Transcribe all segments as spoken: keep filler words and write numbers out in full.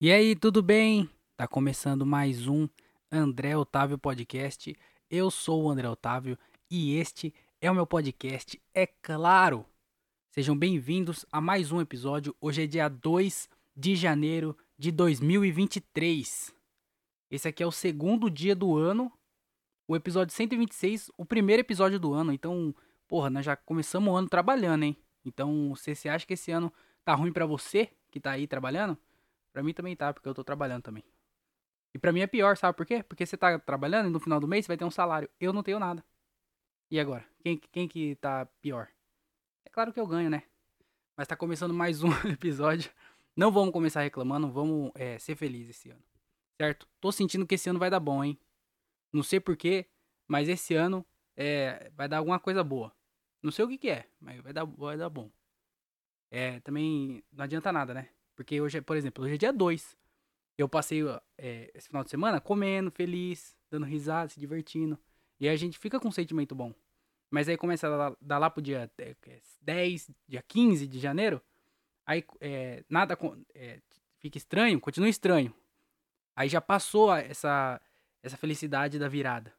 E aí, tudo bem? Tá começando mais um André Otávio Podcast. Eu sou o André Otávio e este é o meu podcast, é claro. Sejam bem-vindos a mais um episódio. Hoje é dia dois de janeiro de dois mil e vinte e três. Esse aqui é o segundo dia do ano, o episódio cento e vinte e seis, o primeiro episódio do ano. Então, porra, nós já começamos o ano trabalhando, hein? Então, você se acha que esse ano tá ruim pra você que tá aí trabalhando? Pra mim também tá, porque eu tô trabalhando também. E pra mim é pior, sabe por quê? Porque você tá trabalhando e no final do mês você vai ter um salário. Eu não tenho nada. E agora? Quem, quem que tá pior? É claro que eu ganho, né? Mas tá começando mais um episódio. Não vamos começar reclamando, vamos é, ser felizes esse ano. Certo? Tô sentindo que esse ano vai dar bom, hein? Não sei porquê, mas esse ano é, vai dar alguma coisa boa. Não sei o que que é, mas vai dar, vai dar bom. É, também não adianta nada, né? Porque hoje, é- por exemplo, hoje é dia dois. Eu passei é, esse final de semana comendo, feliz, dando risada, se divertindo. E aí a gente fica com um sentimento bom. Mas aí começa a dar, dar lá pro dia é, dez, dia quinze de janeiro. Aí é, nada é, fica estranho, continua estranho. Aí já passou essa, essa felicidade da virada.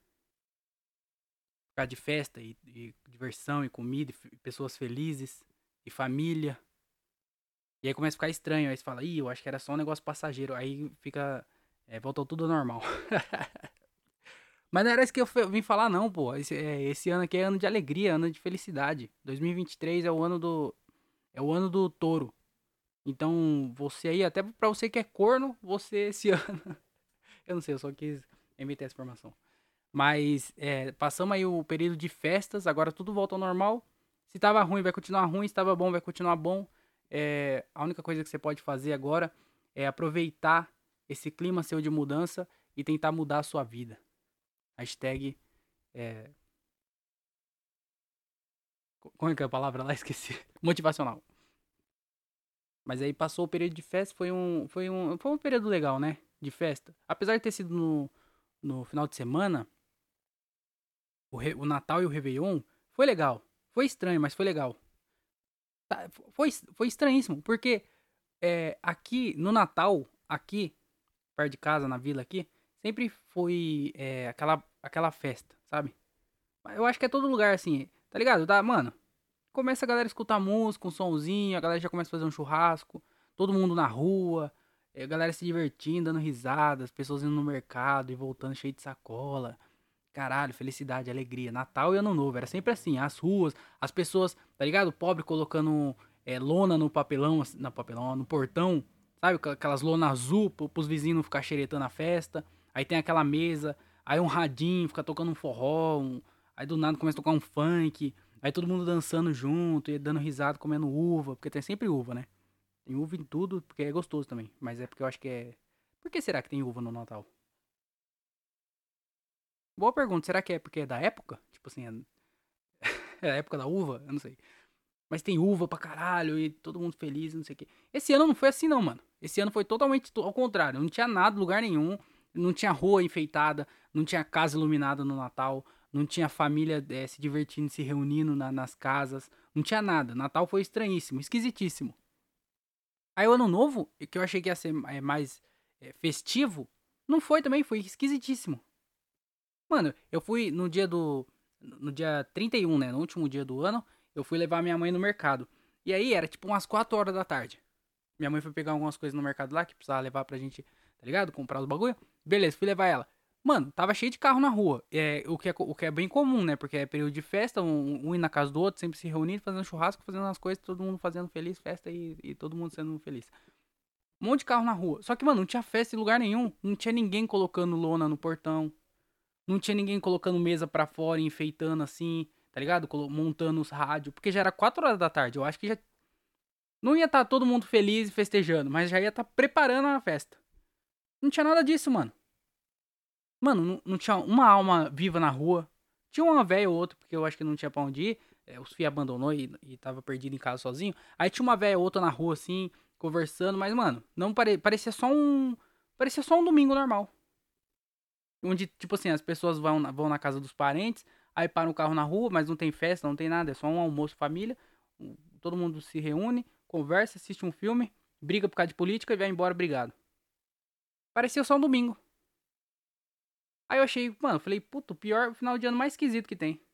Ficar de festa e, e diversão e comida e pessoas felizes e família. E aí começa a ficar estranho. Aí você fala, ih, eu acho que era só um negócio passageiro. Aí fica. É, voltou tudo ao normal. Mas não era isso que eu vim falar, não, pô. Esse, é, esse ano aqui é ano de alegria, ano de felicidade. dois mil e vinte e três é o ano do. É o ano do touro. Então, você aí, até pra você que é corno, você esse ano. Eu não sei, eu só quis emitir essa informação. Mas é, passamos aí o período de festas, agora tudo volta ao normal. Se tava ruim, vai continuar ruim. Se tava bom, vai continuar bom. É, a única coisa que você pode fazer agora é aproveitar esse clima seu de mudança e tentar mudar a sua vida. Hashtag. É, como é que é a palavra lá? Esqueci. Motivacional. Mas aí passou o período de festa, foi um, foi um, foi um período legal, né? De festa. Apesar de ter sido no, no final de semana, o, Re- o Natal e o Réveillon, foi legal. Foi estranho, mas foi legal. Tá, Foi, foi estranhíssimo, porque é, aqui no Natal, aqui, perto de casa, na vila aqui, sempre foi é, aquela, aquela festa, sabe? Eu acho que é todo lugar assim, tá ligado? Tá, mano, começa a galera a escutar música, um sonzinho, a galera já começa a fazer um churrasco, todo mundo na rua, a galera se divertindo, dando risadas, pessoas indo no mercado e voltando cheio de sacola. Caralho, felicidade, alegria. Natal e Ano Novo, era sempre assim, as ruas, as pessoas, tá ligado? O pobre colocando é, lona no papelão, assim, na papelão, no portão, sabe? Aquelas lonas azul pros vizinhos não ficar xeretando a festa. Aí tem aquela mesa, aí um radinho, fica tocando um forró, um... aí do nada começa a tocar um funk. Aí todo mundo dançando junto e dando risada, comendo uva, porque tem sempre uva, né? Tem uva em tudo, porque é gostoso também. Mas é porque eu acho que é. Por que será que tem uva no Natal? Boa pergunta, será que é porque é da época? Tipo assim, é, é a época da uva? Eu não sei. Mas tem uva pra caralho e todo mundo feliz, não sei o quê. Esse ano não foi assim, não, mano. Esse ano foi totalmente ao contrário. Não tinha nada, lugar nenhum. Não tinha rua enfeitada, não tinha casa iluminada no Natal, não tinha família é, se divertindo, se reunindo na, nas casas. Não tinha nada. Natal foi estranhíssimo, esquisitíssimo. Aí o ano novo, que eu achei que ia ser é, mais é, festivo, não foi também, foi esquisitíssimo. Mano, eu fui no dia do. No dia trinta e um, né? No último dia do ano, eu fui levar minha mãe no mercado. E aí era tipo umas quatro horas da tarde. Minha mãe foi pegar algumas coisas no mercado lá que precisava levar pra gente, tá ligado? Comprar os bagulho. Beleza, fui levar ela. Mano, tava cheio de carro na rua. É, o, que é, o que é bem comum, né? Porque é período de festa, um, um ir na casa do outro, sempre se reunindo, fazendo churrasco, fazendo as coisas, todo mundo fazendo feliz, festa e, e todo mundo sendo feliz. Um monte de carro na rua. Só que, mano, não tinha festa em lugar nenhum. Não tinha ninguém colocando lona no portão. Não tinha ninguém colocando mesa pra fora, enfeitando assim, tá ligado? Montando os rádios. Porque já era quatro horas da tarde. Eu acho que já. Não ia estar tá todo mundo feliz e festejando, mas já ia estar tá preparando a festa. Não tinha nada disso, mano. Mano, não, não tinha uma alma viva na rua. Tinha uma velha ou outra, porque eu acho que não tinha pra onde ir. É, os filhos abandonou e, e tava perdido em casa sozinho. Aí tinha uma velha ou outra na rua, assim, conversando. Mas, mano, não pare... parecia só um. Parecia só um domingo normal. Onde, tipo assim, as pessoas vão na, vão na casa dos parentes, aí param o carro na rua, mas não tem festa, não tem nada, é só um almoço família. Todo mundo se reúne, conversa, assiste um filme, briga por causa de política e vai embora brigado. Parecia só um domingo. Aí eu achei, mano, falei, puto, o pior final de ano mais esquisito que tem.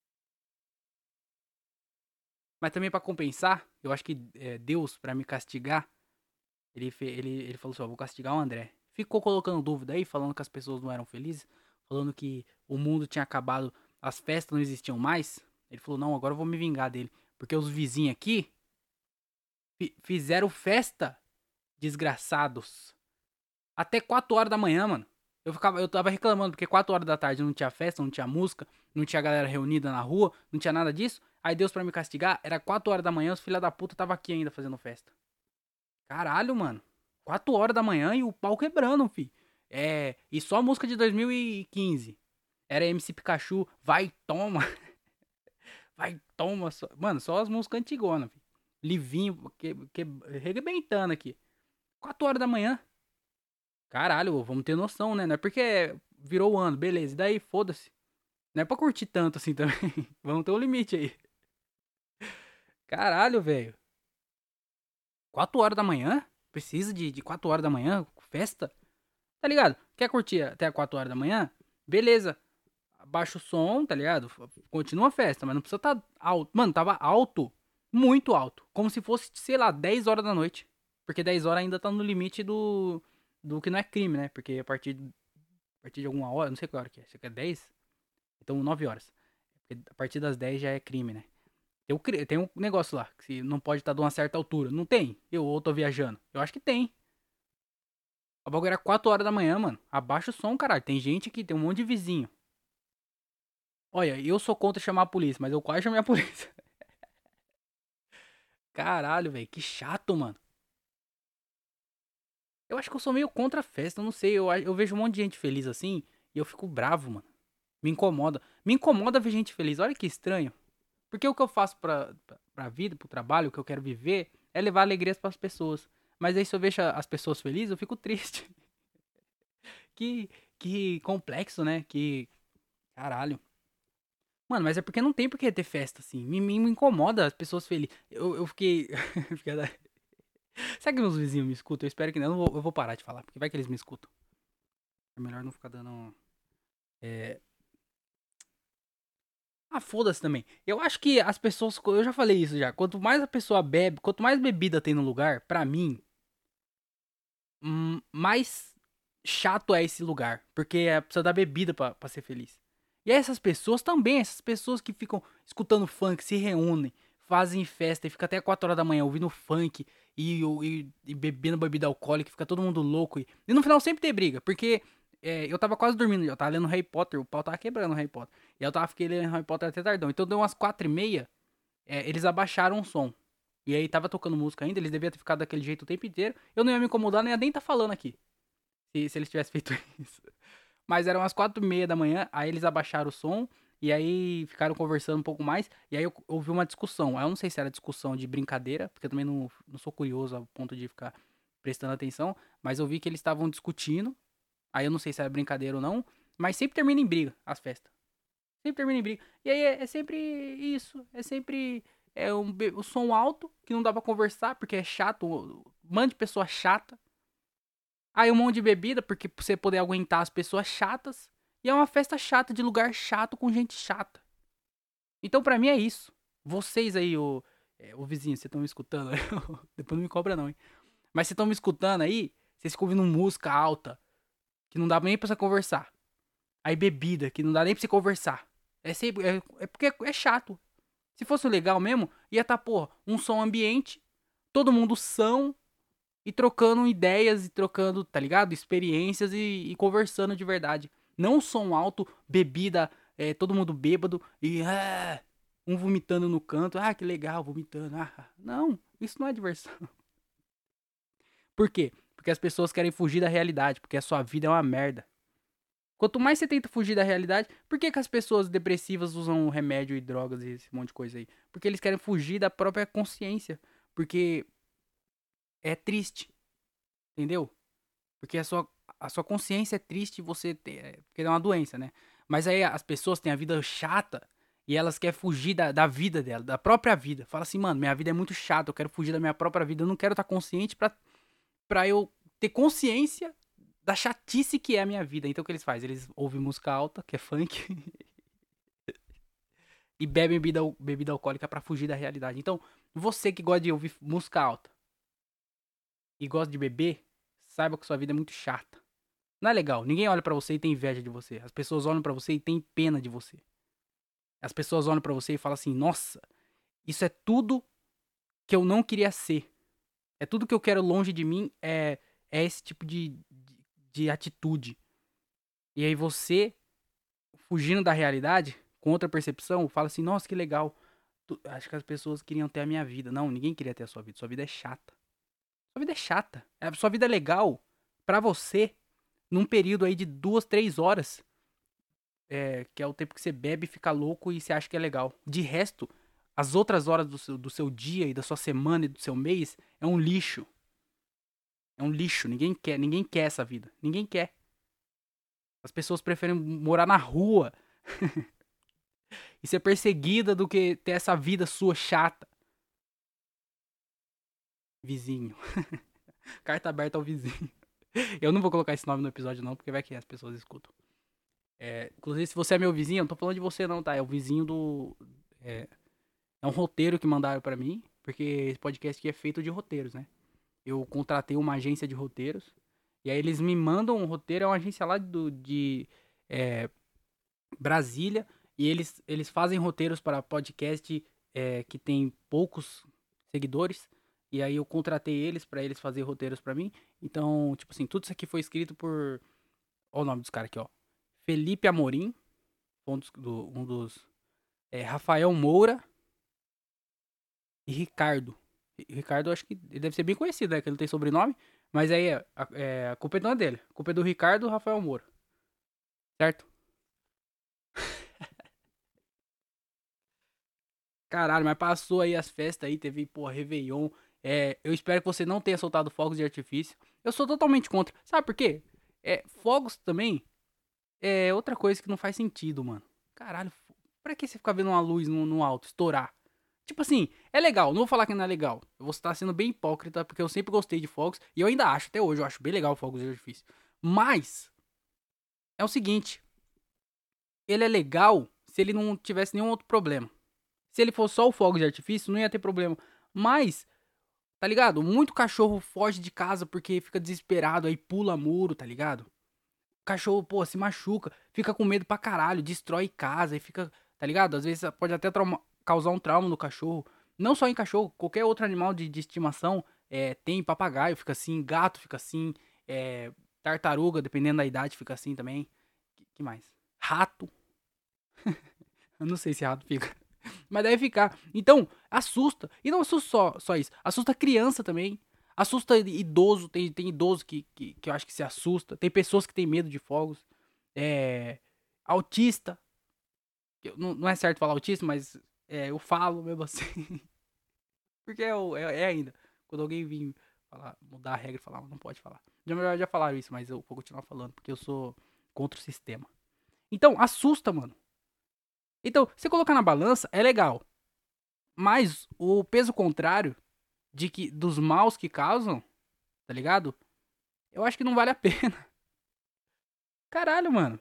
Mas também pra compensar, eu acho que é, Deus, pra me castigar, ele, fe- ele, ele falou assim, ó, vou castigar o André. Ficou colocando dúvida aí, falando que as pessoas não eram felizes, falando que o mundo tinha acabado, as festas não existiam mais. Ele falou, não, agora eu vou me vingar dele. Porque os vizinhos aqui fi- fizeram festa, desgraçados. Até quatro horas da manhã, mano. Eu, ficava, eu tava reclamando porque quatro horas da tarde não tinha festa, não tinha música, não tinha galera reunida na rua, não tinha nada disso. Aí Deus pra me castigar, era quatro horas da manhã, os filha da puta tava aqui ainda fazendo festa. Caralho, mano. Quatro horas da manhã e o pau quebrando, fi. É, e só música de dois mil e quinze. Era M C Pikachu, vai, toma, vai, toma. Só... Mano, só as músicas antigonas, fi. Livinho, que, que, arrebentando aqui. Quatro horas da manhã. Caralho, vamos ter noção, né? Não é porque virou o ano, beleza. E daí, foda-se. Não é pra curtir tanto assim também. Vamos ter um limite aí. Caralho, velho. Quatro horas da manhã? Precisa de, de quatro horas da manhã? Festa? Tá ligado? Quer curtir até quatro horas da manhã? Beleza. Baixa o som, tá ligado? Continua a festa, mas não precisa tá alto. Mano, tava alto. Muito alto. Como se fosse, sei lá, dez horas da noite. Porque dez horas ainda tá no limite do. Do que não é crime, né? Porque a partir, a partir de alguma hora, não sei qual hora que é. Você quer dez? Então nove horas. Porque a partir das dez já é crime, né? Tem, o, tem um negócio lá, que não pode estar de uma certa altura. Não tem? Eu ou tô viajando? Eu acho que tem. A bagulho era quatro horas da manhã, mano. Abaixa o som, caralho. Tem gente aqui, tem um monte de vizinho. Olha, eu sou contra chamar a polícia, mas eu quase chamei a polícia. Caralho, velho, que chato, mano. Eu acho que eu sou meio contra a festa, eu não sei. Eu, eu vejo um monte de gente feliz assim e eu fico bravo, mano. Me incomoda. Me incomoda ver gente feliz. Olha que estranho. Porque o que eu faço pra, pra, pra vida, pro trabalho, o que eu quero viver, é levar alegrias pras pessoas. Mas aí se eu vejo as pessoas felizes, eu fico triste. Que, que complexo, né? Que. Caralho. Mano, mas é porque não tem por que ter festa, assim. Me, me, me incomoda as pessoas felizes. Eu, eu fiquei. Será que meus vizinhos me escutam? Eu espero que não. Eu, vou, eu vou parar de falar, porque vai que eles me escutam. É melhor não ficar dando. É... Ah, foda-se também. Eu acho que as pessoas. Eu já falei isso já. Quanto mais a pessoa bebe, quanto mais bebida tem no lugar, pra mim, hum, mais chato é esse lugar. Porque é, precisa da bebida pra, pra ser feliz. E essas pessoas também, essas pessoas que ficam escutando funk, se reúnem, fazem festa e fica até quatro horas da manhã ouvindo funk e, e, e bebendo bebida alcoólica, fica todo mundo louco. E, e no final sempre tem briga, porque é, eu tava quase dormindo, eu tava lendo Harry Potter, o pau tava quebrando o Harry Potter. E eu tava fiquei lendo Harry Potter até tardão. Então deu umas quatro e meia, é, eles abaixaram o som. E aí tava tocando música ainda, eles deviam ter ficado daquele jeito o tempo inteiro. Eu não ia me incomodar, nem ia nem tá falando aqui. Se, se eles tivessem feito isso. Mas eram as quatro e meia da manhã, aí eles abaixaram o som. E aí ficaram conversando um pouco mais. E aí eu ouvi uma discussão. Eu não sei se era discussão de brincadeira, porque eu também não, não sou curioso ao ponto de ficar prestando atenção. Mas eu vi que eles estavam discutindo. Aí eu não sei se era brincadeira ou não. Mas sempre termina em briga as festas. Sempre termina em briga. E aí é, é sempre isso. É sempre é um, o som alto, que não dá pra conversar, porque é chato. Um monte de pessoa chata. Aí um monte de bebida, porque pra você poder aguentar as pessoas chatas. E é uma festa chata, de lugar chato com gente chata. Então pra mim é isso. Vocês aí, o, é, o vizinho, vocês estão me escutando? Depois não me cobra não, hein? Mas vocês estão me escutando aí? Vocês ficam ouvindo música alta, que não dá nem pra você conversar. Aí bebida, que não dá nem pra você conversar. É, sempre, é, é porque é, é chato. Se fosse legal mesmo, ia estar, tá, pô, um som ambiente, todo mundo são, e trocando ideias e trocando, tá ligado? Experiências e, e conversando de verdade. Não som alto, bebida, é, todo mundo bêbado e ah, um vomitando no canto. Ah, que legal, vomitando. Ah, não, isso não é diversão. Por quê? Porque as pessoas querem fugir da realidade, porque a sua vida é uma merda. Quanto mais você tenta fugir da realidade, por que, que as pessoas depressivas usam remédio e drogas e esse monte de coisa aí? Porque eles querem fugir da própria consciência. Porque é triste, entendeu? Porque a sua, a sua consciência é triste você ter. Porque é uma doença, né? Mas aí as pessoas têm a vida chata e elas querem fugir da, da vida dela, da própria vida. Fala assim, mano, minha vida é muito chata, eu quero fugir da minha própria vida. Eu não quero estar consciente pra, pra eu ter consciência da chatice que é a minha vida. Então o que eles fazem? Eles ouvem música alta, que é funk, e bebem bebida, bebida alcoólica pra fugir da realidade. Então, você que gosta de ouvir música alta e gosta de beber, saiba que sua vida é muito chata. Não é legal. Ninguém olha pra você e tem inveja de você. As pessoas olham pra você e tem pena de você. As pessoas olham pra você e falam assim: nossa, isso é tudo que eu não queria ser. É tudo que eu quero longe de mim, é, é esse tipo de, de, de atitude. E aí você, fugindo da realidade, com outra percepção, fala assim: nossa, que legal. Tu- acho que as pessoas queriam ter a minha vida. Não, ninguém queria ter a sua vida. Sua vida é chata. Sua vida é chata. A sua vida é legal pra você num período aí de duas, três horas. É, que é o tempo que você bebe, fica louco e você acha que é legal. De resto, as outras horas do seu, do seu dia e da sua semana e do seu mês é um lixo. É um lixo. Ninguém quer, ninguém quer essa vida. Ninguém quer. As pessoas preferem morar na rua e ser perseguida do que ter essa vida sua chata. Vizinho. Carta aberta ao vizinho. Eu não vou colocar esse nome no episódio não, porque vai que as pessoas escutam. É, inclusive, se você é meu vizinho, eu não tô falando de você não, tá? É o vizinho do... É, é um roteiro que mandaram pra mim, porque esse podcast aqui é feito de roteiros, né? Eu contratei uma agência de roteiros, e aí eles me mandam um roteiro, é uma agência lá do, de é, Brasília, e eles, eles fazem roteiros para podcast é, que tem poucos seguidores, e aí eu contratei eles pra eles fazerem roteiros pra mim. Então, tipo assim, tudo isso aqui foi escrito por... Olha o nome dos caras aqui, ó. Felipe Amorim, um dos, do, um dos é, Rafael Moura e Ricardo. Ricardo, acho que ele deve ser bem conhecido, né? Que ele não tem sobrenome. Mas aí a, é, a culpa não é dele. A culpa é do Ricardo e do Rafael Moura. Certo? Caralho, mas passou aí as festas aí, teve, pô, Réveillon. É, eu espero que você não tenha soltado fogos de artifício. Eu sou totalmente contra. Sabe por quê? É, fogos também é outra coisa que não faz sentido, mano. Caralho, pra que você ficar vendo uma luz no, no alto, estourar? Tipo assim, é legal, não vou falar que não é legal. Eu vou estar sendo bem hipócrita, porque eu sempre gostei de fogos. E eu ainda acho, até hoje, eu acho bem legal fogos de artifício. Mas, é o seguinte, ele é legal se ele não tivesse nenhum outro problema. Se ele fosse só o fogo de artifício, não ia ter problema. Mas, tá ligado? Muito cachorro foge de casa porque fica desesperado, aí pula muro, tá ligado? O cachorro, pô, se machuca, fica com medo pra caralho, destrói casa e fica, tá ligado? Às vezes pode até trauma- causar um trauma no cachorro. Não só em cachorro, qualquer outro animal de, de estimação é, tem. Papagaio fica assim, gato fica assim, é, tartaruga, dependendo da idade, fica assim também. Que, que mais? Rato. Eu não sei se rato fica. Mas deve ficar. Então, assusta. E não assusta só, só isso. Assusta criança também. Assusta idoso. Tem, tem idoso que, que, que eu acho que se assusta. Tem pessoas que têm medo de fogos. É. Autista. Eu- Não, não é certo falar autista, mas é, eu falo mesmo assim. Porque é, o- é, é ainda. Quando alguém vir falar, mudar a regra e falar, não pode falar. Já, já já falaram isso, mas eu vou continuar falando, porque eu sou contra o sistema. Então, assusta, mano. Então, você colocar na balança é legal. Mas o peso contrário de que dos maus que causam, tá ligado? Eu acho que não vale a pena. Caralho, mano.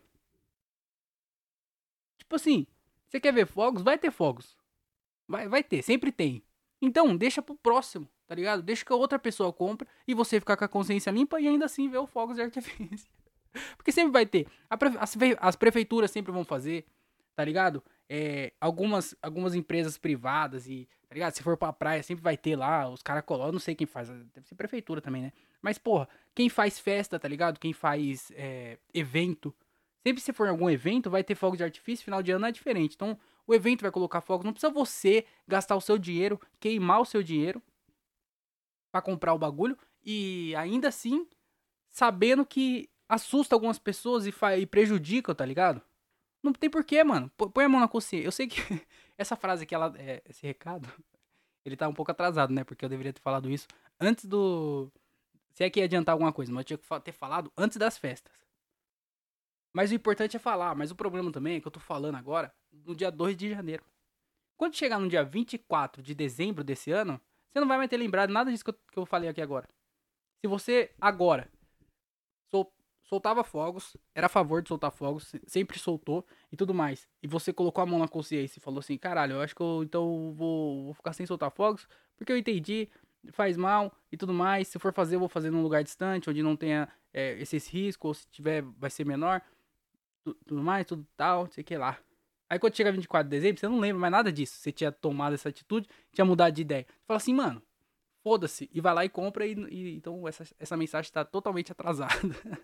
Tipo assim, você quer ver fogos? Vai ter fogos. Vai, vai ter, sempre tem. Então, deixa pro próximo, tá ligado? Deixa que a outra pessoa compra e você ficar com a consciência limpa e ainda assim ver o fogos de artifício. Porque sempre vai ter. Pre as, as, prefeituras sempre vão fazer, tá ligado? É, algumas, algumas empresas privadas e, tá ligado? Se for pra praia, sempre vai ter lá, os caras colocam, eu não sei quem faz, deve ser prefeitura também, né? Mas, porra, quem faz festa, tá ligado? Quem faz é, evento. Sempre se for em algum evento, vai ter fogos de artifício, final de ano é diferente. Então, o evento vai colocar fogos, não precisa você gastar o seu dinheiro, queimar o seu dinheiro pra comprar o bagulho e ainda assim sabendo que assusta algumas pessoas e, fa- e prejudica, tá ligado? Não tem porquê, mano. P- Põe a mão na consciência. Eu sei que essa frase aqui, ela, é, esse recado, ele tá um pouco atrasado, né? Porque eu deveria ter falado isso antes do. Se é que ia adiantar alguma coisa, mas eu tinha que fa- ter falado antes das festas. Mas o importante é falar. Mas o problema também é que eu tô falando agora no dia dois de janeiro. Quando chegar no dia vinte e quatro de dezembro desse ano, você não vai mais ter lembrado nada disso que eu, que eu falei aqui agora. Se você agora soltava fogos, era a favor de soltar fogos, se- sempre soltou e tudo mais. E você colocou a mão na consciência e falou assim, caralho, eu acho que eu então vou, vou ficar sem soltar fogos, porque eu entendi, faz mal e tudo mais. Se for fazer, eu vou fazer num lugar distante, onde não tenha é, esses riscos, ou se tiver, vai ser menor, tu- tudo mais, tudo tal, não sei o que lá. Aí quando chega vinte e quatro de dezembro, você não lembra mais nada disso. Você tinha tomado essa atitude, tinha mudado de ideia. Você fala assim, mano, foda-se. E vai lá e compra e, e- então essa, essa mensagem tá totalmente atrasada.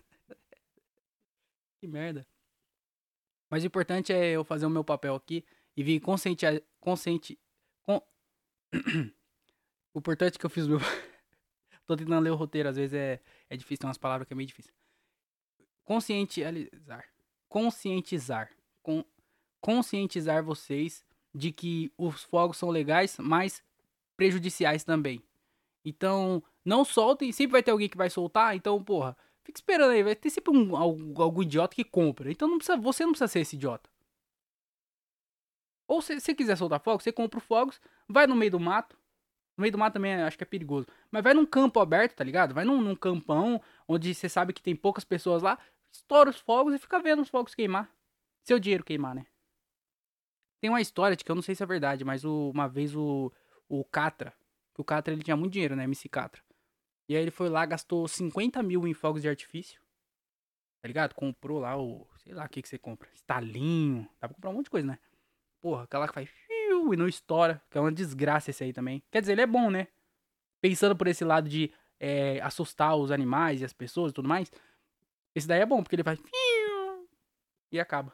Que merda. Mas o importante é eu fazer o meu papel aqui e vir consciente. consciente con... O importante é que eu fiz o meu. Tô tentando ler o roteiro, às vezes é, é difícil, tem umas palavras que é meio difícil. Conscientizar. Conscientizar. Con... Conscientizar vocês de que os fogos são legais, mas prejudiciais também. Então, não soltem, sempre vai ter alguém que vai soltar, então, porra, fica esperando aí, vai ter sempre um, algum, algum idiota que compra. Então não precisa, você não precisa ser esse idiota. Ou se você quiser soltar fogos, você compra os fogos, vai no meio do mato. No meio do mato também acho que é perigoso. Mas vai num campo aberto, tá ligado? Vai num, num campão onde você sabe que tem poucas pessoas lá, estoura os fogos e fica vendo os fogos queimar. Seu dinheiro queimar, né? Tem uma história de que eu não sei se é verdade, mas o- uma vez o, o Catra, que o Catra ele tinha muito dinheiro, né? M C Catra. E aí ele foi lá, gastou cinquenta mil em fogos de artifício, tá ligado? Comprou lá o, sei lá o que que você compra, estalinho, dá pra comprar um monte de coisa, né? Porra, aquela que faz fiu e não estoura, que é uma desgraça esse aí também. Quer dizer, ele é bom, né? Pensando por esse lado de é, assustar os animais e as pessoas e tudo mais, esse daí é bom, porque ele faz fiu e acaba.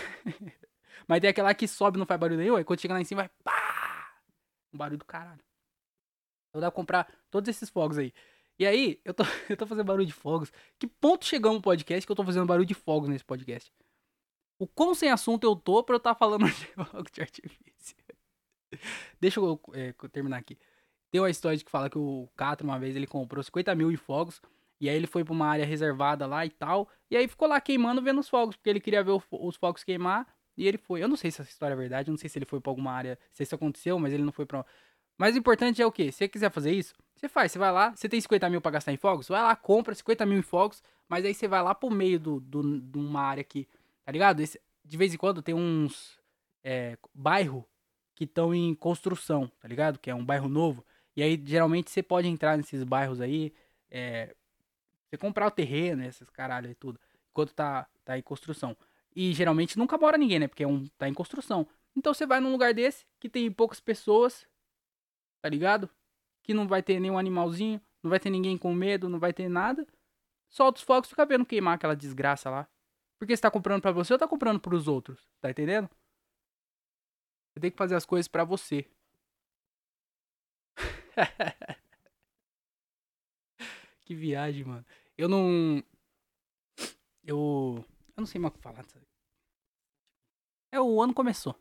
Mas tem aquela que sobe e não faz barulho nenhum, aí quando chega lá em cima vai pá! Um barulho do caralho. Então dá pra comprar todos esses fogos aí. E aí, eu tô, eu tô fazendo barulho de fogos. Que ponto chegamos no podcast que eu tô fazendo barulho de fogos nesse podcast? O quão sem assunto eu tô pra eu estar tá falando de fogos de artifício? Deixa eu é, terminar aqui. Tem uma história de que fala que o Catra, uma vez, ele comprou cinquenta mil em fogos. E aí ele foi pra uma área reservada lá e tal. E aí ficou lá queimando, vendo os fogos. Porque ele queria ver os fogos queimar. E ele foi. Eu não sei se essa história é verdade. Eu não sei se ele foi pra alguma área. Se isso aconteceu, mas ele não foi pra. Mas o importante é o quê? Se você quiser fazer isso, você faz. Você vai lá. Você tem cinquenta mil pra gastar em fogos? Vai lá, compra cinquenta mil em fogos. Mas aí você vai lá pro meio do, do, de uma área aqui. Tá ligado? Esse, de vez em quando tem uns. É, bairro que estão em construção, tá ligado? Que é um bairro novo. E aí, geralmente, você pode entrar nesses bairros aí, é, você comprar o terreno, esses caralho e tudo, enquanto tá, tá em construção. E geralmente nunca mora ninguém, né? Porque é um, tá em construção. Então você vai num lugar desse, que tem poucas pessoas, tá ligado? Que não vai ter nenhum animalzinho, não vai ter ninguém com medo, não vai ter nada. Solta os fogos e fica vendo queimar aquela desgraça lá. Porque você tá comprando pra você ou tá comprando pros outros? Tá entendendo? Você tem que fazer as coisas pra você. Que viagem, mano. Eu não. Eu. Eu não sei mais o que falar. Sabe? É, o ano começou.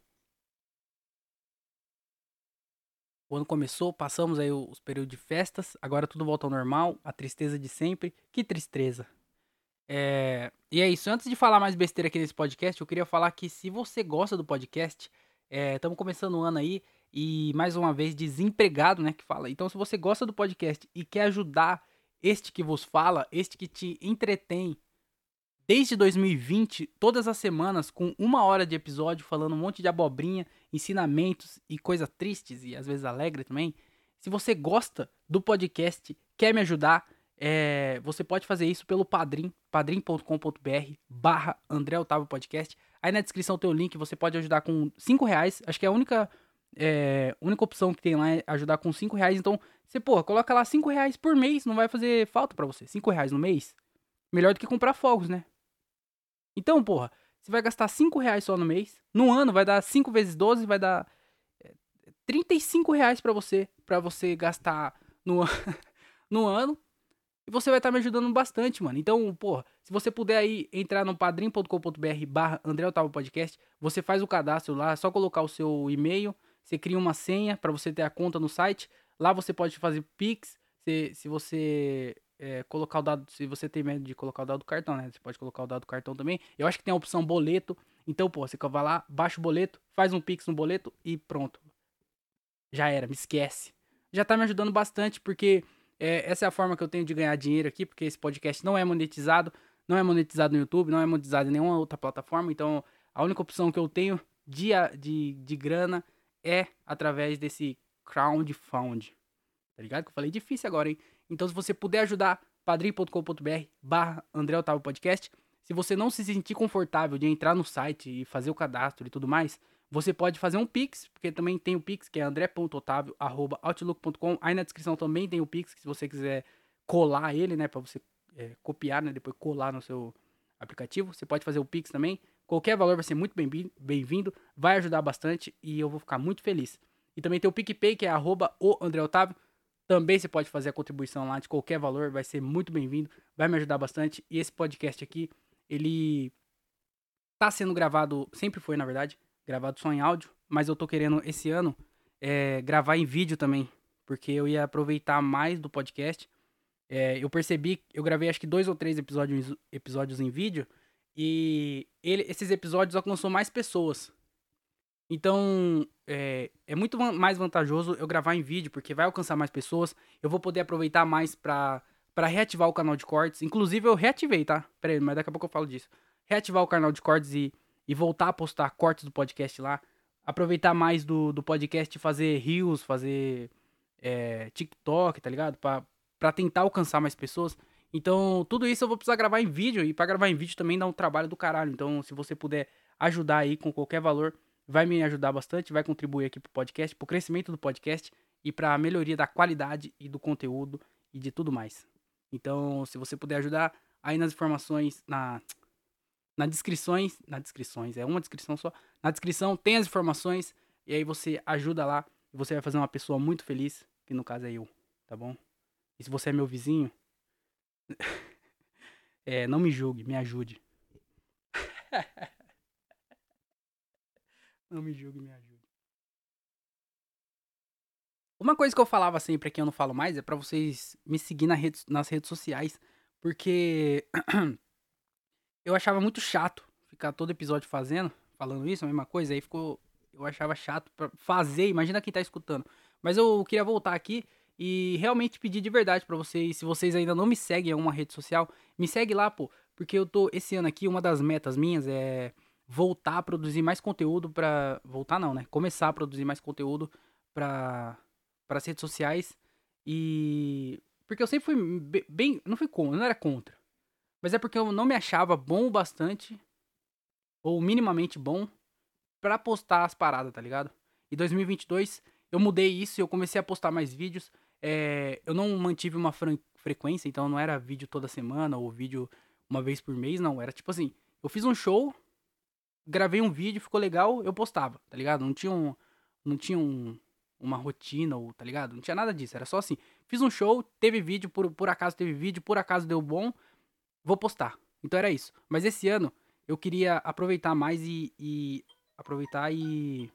O ano começou, passamos aí os períodos de festas, agora tudo volta ao normal, a tristeza de sempre. Que tristeza. É... E é isso, antes de falar mais besteira aqui nesse podcast, eu queria falar que se você gosta do podcast, estamos começando o ano aí, e mais uma vez desempregado, né, que fala. Então se você gosta do podcast e quer ajudar este que vos fala, este que te entretém, desde dois mil e vinte, todas as semanas, com uma hora de episódio, falando um monte de abobrinha, ensinamentos e coisas tristes e às vezes alegre também. Se você gosta do podcast, quer me ajudar, é, você pode fazer isso pelo Padrim, padrim.com.br barra André Otávio Podcast. Aí na descrição tem o link, você pode ajudar com cinco reais. Acho que é a única, é, única opção que tem lá é ajudar com cinco reais. Então, você, porra, coloca lá cinco reais por mês, não vai fazer falta pra você. Cinco reais no mês, melhor do que comprar fogos, né? Então, porra, você vai gastar cinco reais só no mês. No ano vai dar cinco vezes doze, vai dar trinta e cinco reais pra você, para você gastar no, no ano. E você vai estar me ajudando bastante, mano. Então, porra, se você puder aí entrar no padrim.com.br barra André Otávio Podcast, você faz o cadastro lá, é só colocar o seu e-mail, você cria uma senha pra você ter a conta no site. Lá você pode fazer Pix, se, se você é, colocar o dado, se você tem medo de colocar o dado do cartão, né? Você pode colocar o dado do cartão também. Eu acho que tem a opção boleto. Então, pô, você vai lá, baixa o boleto, faz um Pix no boleto e pronto. Já era, me esquece. Já tá me ajudando bastante, porque é, essa é a forma que eu tenho de ganhar dinheiro aqui, porque esse podcast não é monetizado. não é monetizado no YouTube, não é monetizado em nenhuma outra plataforma, então a única opção que eu tenho de, de, de grana é através desse crowdfund, tá ligado? Que eu falei difícil agora, hein? Então se você puder ajudar, padrim.com.br barra André Otávio Podcast. Se você não se sentir confortável de entrar no site e fazer o cadastro e tudo mais, você pode fazer um Pix, porque também tem o Pix, que é andré ponto otávio arroba outlook ponto com. Aí na descrição também tem o Pix, se você quiser colar ele, né, pra você é, copiar, né, depois colar no seu aplicativo. Você pode fazer o Pix também. Qualquer valor vai ser muito bem-vindo, vai ajudar bastante e eu vou ficar muito feliz. E também tem o PicPay, que é arroba o André Otávio. Também você pode fazer a contribuição lá de qualquer valor, vai ser muito bem-vindo, vai me ajudar bastante. E esse podcast aqui, ele tá sendo gravado, sempre foi na verdade, gravado só em áudio, mas eu tô querendo esse ano é, gravar em vídeo também, porque eu ia aproveitar mais do podcast. É, eu percebi, eu gravei acho que dois ou três episódios, episódios em vídeo, e ele, esses episódios alcançou mais pessoas. Então, é, é muito mais vantajoso eu gravar em vídeo, porque vai alcançar mais pessoas, eu vou poder aproveitar mais pra, pra reativar o canal de cortes. Inclusive, eu reativei, tá? Pera aí, mas daqui a pouco eu falo disso. Reativar o canal de cortes e, e voltar a postar cortes do podcast lá. Aproveitar mais do, do podcast, fazer reels, fazer é, TikTok, tá ligado? Pra, pra tentar alcançar mais pessoas. Então, tudo isso eu vou precisar gravar em vídeo, e pra gravar em vídeo também dá um trabalho do caralho. Então, se você puder ajudar aí com qualquer valor, vai me ajudar bastante, vai contribuir aqui pro podcast, pro crescimento do podcast e pra melhoria da qualidade e do conteúdo e de tudo mais. Então, se você puder ajudar, aí nas informações, na, na descrições, na descrições, é uma descrição só, na descrição tem as informações e aí você ajuda lá e você vai fazer uma pessoa muito feliz, que no caso é eu, tá bom? E se você é meu vizinho, é, não me julgue, me ajude. Não me julgue, me ajude. Uma coisa que eu falava sempre aqui, eu não falo mais, é pra vocês me seguir na rede, nas redes sociais. Porque eu achava muito chato ficar todo episódio fazendo, falando isso, a mesma coisa. Aí ficou. Eu achava chato pra fazer, imagina quem tá escutando. Mas eu queria voltar aqui e realmente pedir de verdade pra vocês, se vocês ainda não me seguem em uma rede social, me segue lá, pô. Porque eu tô, esse ano aqui, uma das metas minhas é voltar a produzir mais conteúdo pra. Voltar não, né? Começar a produzir mais conteúdo pra para as redes sociais e porque eu sempre fui be- bem, não fui contra, não era contra, mas é porque eu não me achava bom o bastante ou minimamente bom pra postar as paradas, tá ligado? Em dois mil e vinte e dois eu mudei isso e eu comecei a postar mais vídeos. É, eu não mantive uma fran- frequência, então não era vídeo toda semana ou vídeo uma vez por mês, não. Era tipo assim, eu fiz um show, gravei um vídeo, ficou legal, eu postava, tá ligado? Não tinha um, não tinha um, uma rotina, ou, tá ligado? Não tinha nada disso, era só assim. Fiz um show, teve vídeo, por, por acaso teve vídeo, por acaso deu bom, vou postar. Então era isso. Mas esse ano eu queria aproveitar mais e. e aproveitar e.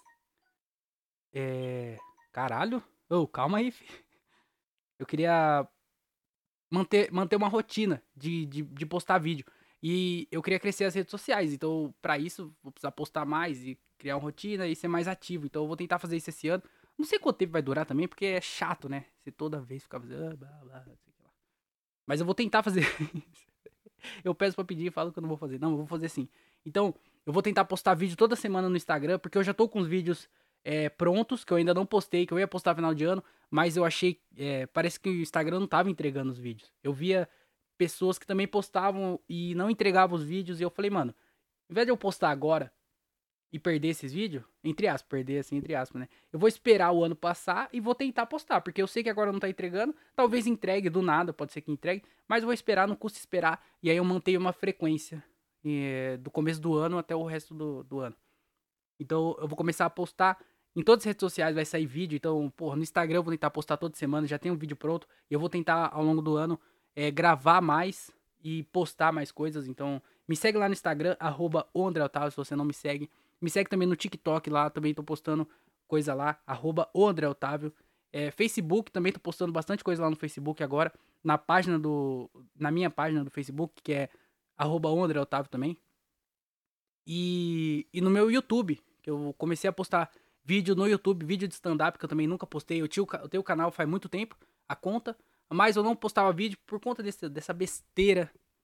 É. Caralho? Ô, calma aí, fi. Eu queria manter, manter uma rotina de, de, de postar vídeo. E eu queria crescer as redes sociais. Então, pra isso, vou precisar postar mais e criar uma rotina e ser mais ativo. Então, eu vou tentar fazer isso esse ano. Não sei quanto tempo vai durar também, porque é chato, né? Você toda vez ficar fazendo. Ah, blá, blá, não sei o que lá. Mas eu vou tentar fazer isso. Eu peço pra pedir e falo que eu não vou fazer. Não, eu vou fazer sim. Então, eu vou tentar postar vídeo toda semana no Instagram, porque eu já tô com os vídeos é, prontos, que eu ainda não postei, que eu ia postar no final de ano, mas eu achei. É, parece que o Instagram não tava entregando os vídeos. Eu via pessoas que também postavam e não entregavam os vídeos, e eu falei, mano, em vez de eu postar agora e perder esses vídeos, entre aspas, perder assim, entre aspas, né? Eu vou esperar o ano passar e vou tentar postar, porque eu sei que agora não tá entregando, talvez entregue do nada, pode ser que entregue, mas eu vou esperar, não custa esperar, e aí eu mantenho uma frequência é, do começo do ano até o resto do, do ano. Então eu vou começar a postar em todas as redes sociais, vai sair vídeo, então, porra, no Instagram eu vou tentar postar toda semana, já tem um vídeo pronto, e eu vou tentar ao longo do ano é, gravar mais e postar mais coisas, então me segue lá no Instagram, arroba o André Otávio, se você não me segue. Me segue também no TikTok lá, também tô postando coisa lá, arroba o André Otávio. É, Facebook, também tô postando bastante coisa lá no Facebook agora, na página do, na minha página do Facebook, que é arroba o André Otávio também. E, e no meu YouTube, que eu comecei a postar vídeo no YouTube, vídeo de stand-up, que eu também nunca postei. Eu, tinha, eu tenho o canal faz muito tempo, a conta, mas eu não postava vídeo por conta desse, dessa besteira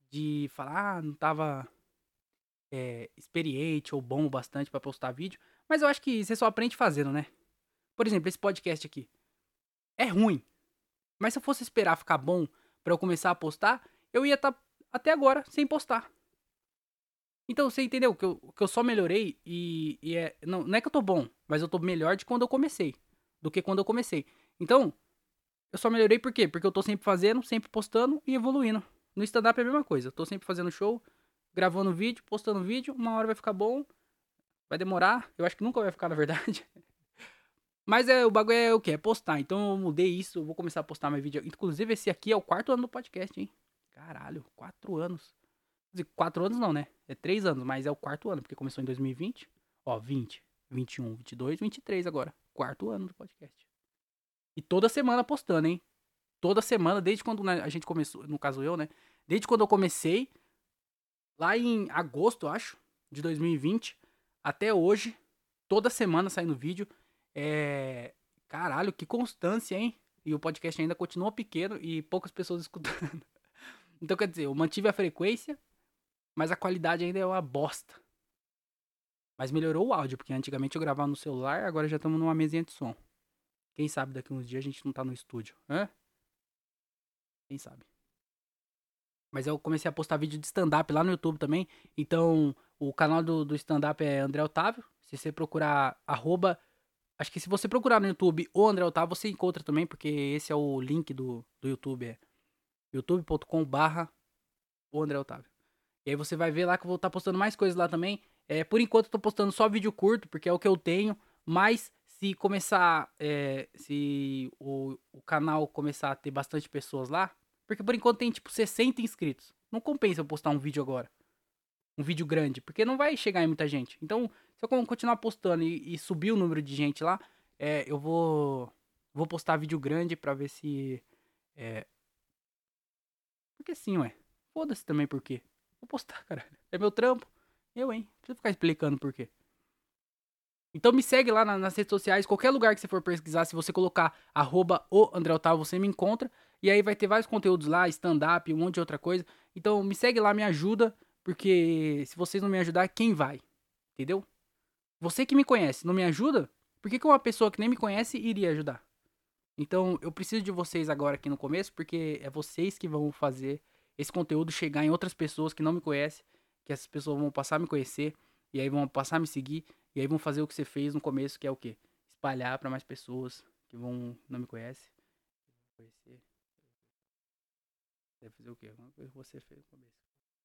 de falar, ah, não tava é, experiente ou bom o bastante pra postar vídeo. Mas eu acho que você só aprende fazendo, né? Por exemplo, esse podcast aqui. É ruim. Mas se eu fosse esperar ficar bom pra eu começar a postar, eu ia estar até agora sem postar. Então, você entendeu que eu, que eu só melhorei e, e é. Não, não é que eu tô bom, mas eu tô melhor de quando eu comecei. Do que quando eu comecei. Então, eu só melhorei por quê? Porque eu tô sempre fazendo, sempre postando e evoluindo. No stand-up é a mesma coisa. Eu tô sempre fazendo show, gravando vídeo, postando vídeo. Uma hora vai ficar bom, vai demorar. Eu acho que nunca vai ficar, na verdade. Mas é, o bagulho é o quê? É postar. Então eu mudei isso, eu vou começar a postar mais vídeo. Inclusive, esse aqui é o quarto ano do podcast, hein? Caralho, quatro anos. Quer dizer, quatro anos não, né? É três anos, mas é o quarto ano, porque começou em dois mil e vinte. Ó, vinte, vinte e um, vinte e dois, vinte e três agora. Quarto ano do podcast. E toda semana postando, hein? Toda semana, desde quando né, a gente começou, no caso eu, né? Desde quando eu comecei, lá em agosto, eu acho, de dois mil e vinte, até hoje, toda semana saindo vídeo. É. Caralho, que constância, hein? E o podcast ainda continua pequeno e poucas pessoas escutando. Então, quer dizer, eu mantive a frequência, mas a qualidade ainda é uma bosta. Mas melhorou o áudio, porque antigamente eu gravava no celular, agora já estamos numa mesinha de som. Quem sabe daqui uns dias a gente não tá no estúdio, hã? Quem sabe? Mas eu comecei a postar vídeo de stand-up lá no YouTube também. Então, o canal do, do stand-up é André Otávio. Se você procurar arroba... Acho que se você procurar no YouTube o André Otávio, você encontra também, porque esse é o link do, do YouTube, é youtube ponto com barra o André Otávio. E aí você vai ver lá que eu vou estar postando mais coisas lá também. É, por enquanto eu tô postando só vídeo curto, porque é o que eu tenho. Mas se começar, é, se o, o canal começar a ter bastante pessoas lá, porque por enquanto tem tipo sessenta inscritos. Não compensa eu postar um vídeo agora. Um vídeo grande, porque não vai chegar em muita gente. Então, se eu continuar postando e, e subir o número de gente lá, é, eu vou vou postar vídeo grande pra ver se... É, porque sim, ué. Foda-se também por quê. Vou postar, caralho. É meu trampo. Eu, hein? Não precisa ficar explicando por quê. Então me segue lá na, nas redes sociais, qualquer lugar que você for pesquisar, se você colocar arroba o André Otávio, você me encontra. E aí vai ter vários conteúdos lá, stand-up, um monte de outra coisa. Então me segue lá, me ajuda, porque se vocês não me ajudar, quem vai? Entendeu? Você que me conhece, não me ajuda? Por que, que uma pessoa que nem me conhece iria ajudar? Então eu preciso de vocês agora aqui no começo, porque é vocês que vão fazer esse conteúdo chegar em outras pessoas que não me conhecem, que essas pessoas vão passar a me conhecer, e aí vão passar a me seguir, e aí vão fazer o que você fez no começo, que é o quê? Espalhar para mais pessoas que vão não me conhecem. Conhecer. Deve fazer o quê? Alguma coisa que você fez no começo.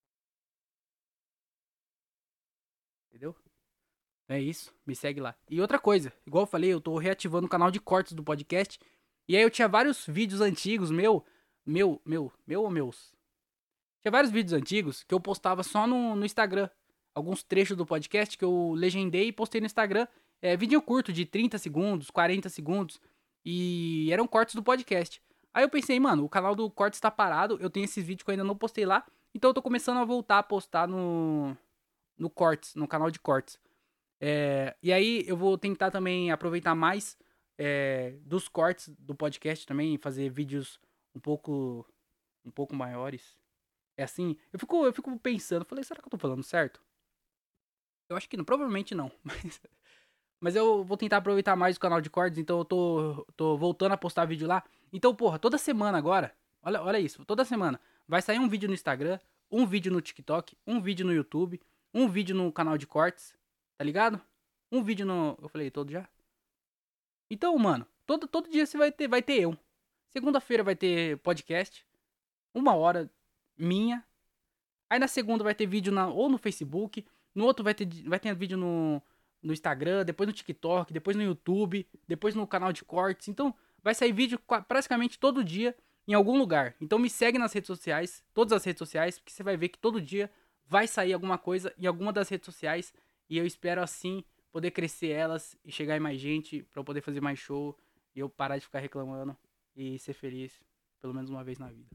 Entendeu? É isso, me segue lá. E outra coisa, igual eu falei, eu tô reativando o canal de cortes do podcast. E aí eu tinha vários vídeos antigos, meu, meu, meu, meu ou meus? Tinha vários vídeos antigos que eu postava só no, no Instagram. Alguns trechos do podcast que eu legendei e postei no Instagram. É, vídeo curto de trinta segundos, quarenta segundos. E eram cortes do podcast. Aí eu pensei, mano, o canal do Cortes tá parado. Eu tenho esses vídeos que eu ainda não postei lá. Então eu tô começando a voltar a postar no, no Cortes, no canal de Cortes. É, e aí eu vou tentar também aproveitar mais é, dos cortes do podcast também, fazer vídeos um pouco um pouco maiores. É assim, eu fico, eu fico pensando, falei, será que eu tô falando certo? Eu acho que não, provavelmente não, mas, mas eu vou tentar aproveitar mais o canal de cortes, então eu tô, tô voltando a postar vídeo lá. Então, porra, toda semana agora, olha, olha isso, toda semana vai sair um vídeo no Instagram, um vídeo no TikTok, um vídeo no YouTube, um vídeo no canal de cortes, tá ligado? Um vídeo no. Eu falei todo já? Então, mano, todo, todo dia você vai ter, vai ter eu. Segunda-feira vai ter podcast, uma hora minha. Aí na segunda vai ter vídeo na, ou no Facebook, no outro vai ter, vai ter vídeo no, no Instagram, depois no TikTok, depois no YouTube, depois no canal de cortes. Então vai sair vídeo praticamente todo dia em algum lugar. Então me segue nas redes sociais, todas as redes sociais, porque você vai ver que todo dia vai sair alguma coisa em alguma das redes sociais. E eu espero assim poder crescer elas e chegar em mais gente pra eu poder fazer mais show e eu parar de ficar reclamando e ser feliz pelo menos uma vez na vida.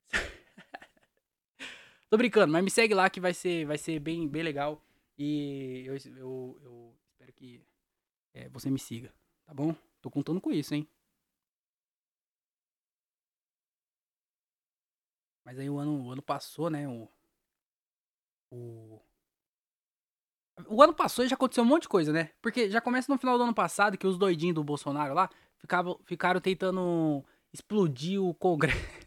Tô brincando, mas me segue lá que vai ser, vai ser bem, bem legal. E eu, eu, eu espero que é, você me siga, tá bom? Tô contando com isso, hein? Mas aí o ano, o ano passou, né? O, o, o ano passou e já aconteceu um monte de coisa, né? Porque já começa no final do ano passado que os doidinhos do Bolsonaro lá ficavam, ficaram tentando explodir o Congresso.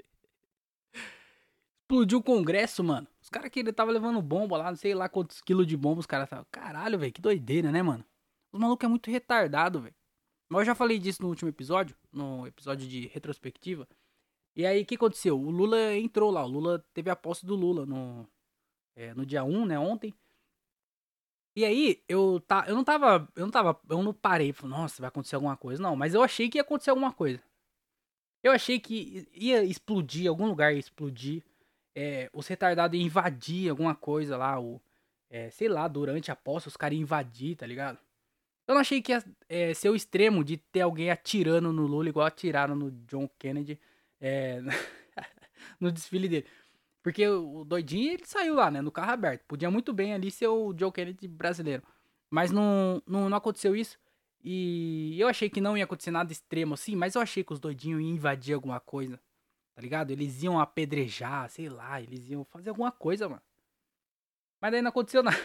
Explodiu o Congresso, mano. Os caras que ele tava levando bomba lá, não sei lá quantos quilos de bomba os caras estavam. Caralho, velho, que doideira, né, mano? Os malucos é muito retardado, velho. Mas eu já falei disso no último episódio, no episódio de retrospectiva. E aí, o que aconteceu? O Lula entrou lá, o Lula teve a posse do Lula no, é, no dia um, né, ontem. E aí, eu, tá, eu não tava, eu não tava, eu não parei, falei, nossa, vai acontecer alguma coisa. Não, mas eu achei que ia acontecer alguma coisa. Eu achei que ia explodir, algum lugar ia explodir. É, os retardados iam invadir alguma coisa lá, o, é, sei lá, durante a posse, os caras iam invadir, tá ligado? Eu não achei que ia é, ser o extremo de ter alguém atirando no Lula, igual atiraram no John Kennedy é, no desfile dele. Porque o doidinho, ele saiu lá, né, no carro aberto. Podia muito bem ali ser o John Kennedy brasileiro. Mas não, não, não aconteceu isso. E eu achei que não ia acontecer nada extremo assim, mas eu achei que os doidinhos iam invadir alguma coisa, tá ligado? Eles iam apedrejar, sei lá, eles iam fazer alguma coisa, mano. Mas daí não aconteceu nada.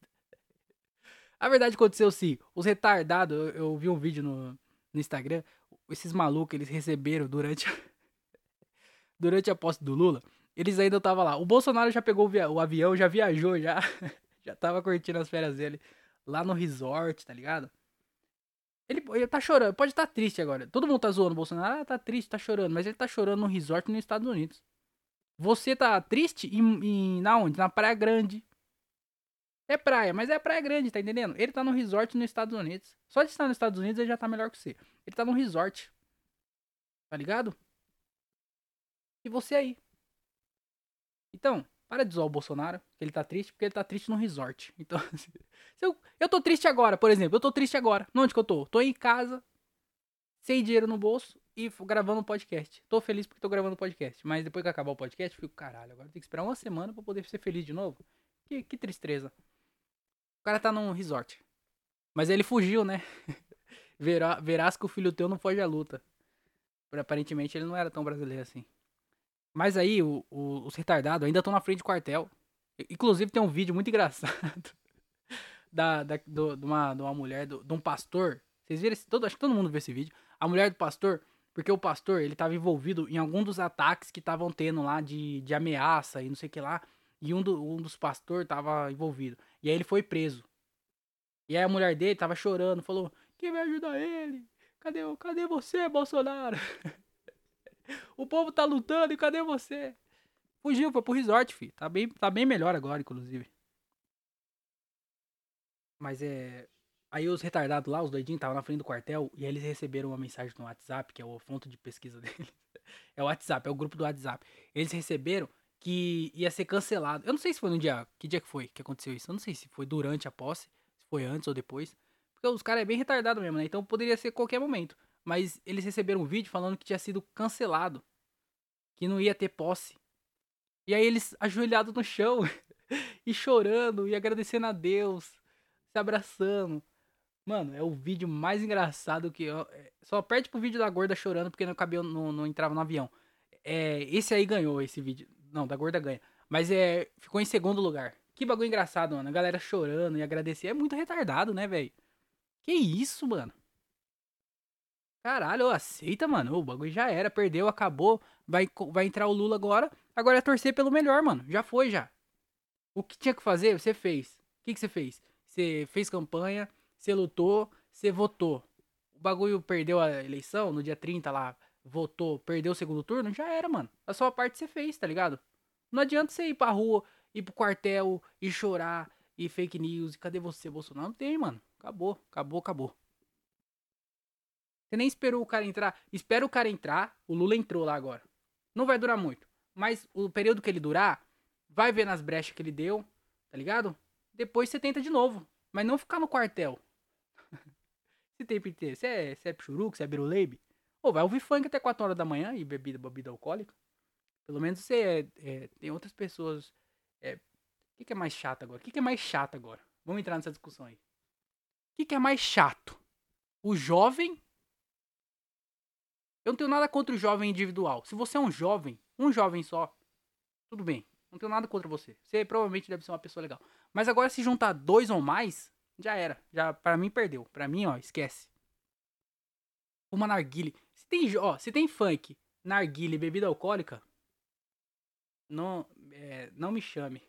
A verdade aconteceu sim. Os retardados, eu, eu vi um vídeo no, no Instagram, esses malucos, eles receberam durante, durante a posse do Lula, eles ainda estavam lá. O Bolsonaro já pegou o, via, o avião, já viajou, já, já tava curtindo as férias dele lá no resort, tá ligado? Ele, ele tá chorando, pode estar tá triste agora. Todo mundo tá zoando o Bolsonaro, ah, tá triste, tá chorando, mas ele tá chorando no resort nos Estados Unidos. Você tá triste em, em na onde? Na Praia Grande. É praia, mas é praia grande, tá entendendo? Ele tá num resort nos Estados Unidos. Só de estar nos Estados Unidos ele já tá melhor que você. Ele tá num resort, tá ligado? E você aí. Então, para de zoar o Bolsonaro, que ele tá triste, porque ele tá triste num resort. Então, se eu, eu tô triste agora, por exemplo, eu tô triste agora. Onde que eu tô? Tô em casa, sem dinheiro no bolso e gravando um podcast. Tô feliz porque tô gravando um podcast. Mas depois que acabar o podcast, eu fico, caralho, agora tem que esperar uma semana pra poder ser feliz de novo. Que, que tristeza. O cara tá num resort. Mas ele fugiu, né? Verá, verás que o filho teu não foge à luta. Aparentemente ele não era tão brasileiro assim. Mas aí, o, o, os retardados ainda estão na frente do quartel. Inclusive tem um vídeo muito engraçado da, da, do, de, uma, de uma mulher, do, de um pastor. Vocês viram esse, todo, acho que todo mundo viu esse vídeo. A mulher do pastor, porque o pastor, ele tava envolvido em algum dos ataques que estavam tendo lá de, de ameaça e não sei o que lá. E um, do, um dos pastores tava envolvido. E aí ele foi preso. E aí a mulher dele tava chorando, falou, quem vai ajudar ele? Cadê, cadê você, Bolsonaro? O povo tá lutando e cadê você? Fugiu, foi pro resort, filho. Tá bem, tá bem melhor agora, inclusive. Mas é... Aí os retardados lá, os doidinhos, estavam na frente do quartel e aí eles receberam uma mensagem no WhatsApp, que é o fonte de pesquisa deles. É o WhatsApp, é o grupo do WhatsApp. Eles receberam que ia ser cancelado. Eu não sei se foi no dia... Que dia que foi que aconteceu isso? Eu não sei se foi durante a posse, se foi antes ou depois. Porque os caras é bem retardado mesmo, né? Então poderia ser qualquer momento. Mas eles receberam um vídeo falando que tinha sido cancelado. Que não ia ter posse. E aí eles ajoelhados no chão e chorando e agradecendo a Deus, se abraçando. Mano, é o vídeo mais engraçado que eu... Só perde pro vídeo da gorda chorando porque não cabia, não, não entrava no avião. É, esse aí ganhou esse vídeo. Não, da gorda ganha. Mas é, ficou em segundo lugar. Que bagulho engraçado, mano. A galera chorando e agradecer. É muito retardado, né, velho? Que isso, mano? Caralho, aceita, mano. O bagulho já era, perdeu, acabou. Vai, vai entrar o Lula agora. Agora é torcer pelo melhor, mano. Já foi, já. O que tinha que fazer, você fez. O que, que você fez? Você fez campanha, você lutou, você votou. O bagulho perdeu a eleição no dia trinta lá, votou, perdeu o segundo turno, já era, mano. A sua parte você fez, tá ligado? Não adianta você ir pra rua, ir pro quartel e chorar, e fake news, e cadê você, Bolsonaro? Não tem, mano. Acabou, acabou, acabou. Você nem esperou o cara entrar. Espera o cara entrar, o Lula entrou lá agora. Não vai durar muito. Mas o período que ele durar, vai ver nas brechas que ele deu, tá ligado? Depois você tenta de novo. Mas não ficar no quartel. Se tem P T, você é, você é pichuruco, você é biruleibe. Ou vai ouvir funk até quatro horas da manhã e bebida, bebida alcoólica. Pelo menos você é, é, tem outras pessoas. É, o que, que é mais chato agora? O que, que é mais chato agora? Vamos entrar nessa discussão aí. O que, que é mais chato? O jovem. Eu não tenho nada contra o jovem individual. Se você é um jovem, um jovem só, Tudo bem. Não tenho nada contra você. Você provavelmente deve ser uma pessoa legal. Mas agora se juntar dois ou mais, já era. Já, pra mim, perdeu. Pra mim, ó, esquece. Uma narguile. Se tem, ó, se tem funk, narguile e bebida alcoólica, não, é, não me chame.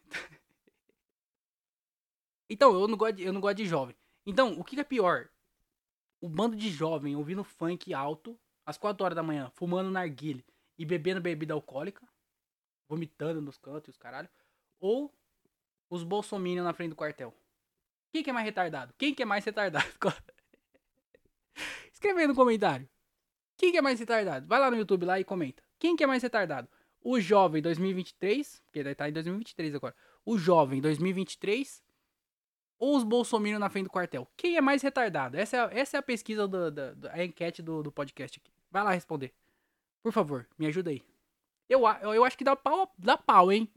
Então, eu não, gosto de, eu não gosto de jovem. Então, o que, que é pior? O bando de jovem ouvindo funk alto, às quatro horas da manhã, fumando narguile e bebendo bebida alcoólica, vomitando nos cantos e os caralho. Ou os bolsominions na frente do quartel. Quem que é mais retardado? Quem que é mais retardado? Escreve aí no comentário. Quem que é mais retardado? Vai lá no YouTube lá e comenta. Quem que é mais retardado? O jovem dois mil e vinte e três, porque deve estar em dois mil e vinte e três agora. O jovem dois mil e vinte e três ou os bolsominions na frente do quartel? Quem é mais retardado? Essa é a, essa é a pesquisa, do, da, da a enquete do, do podcast aqui. Vai lá responder. Por favor, me ajuda aí. Eu, eu, eu acho que dá pau, dá pau, hein?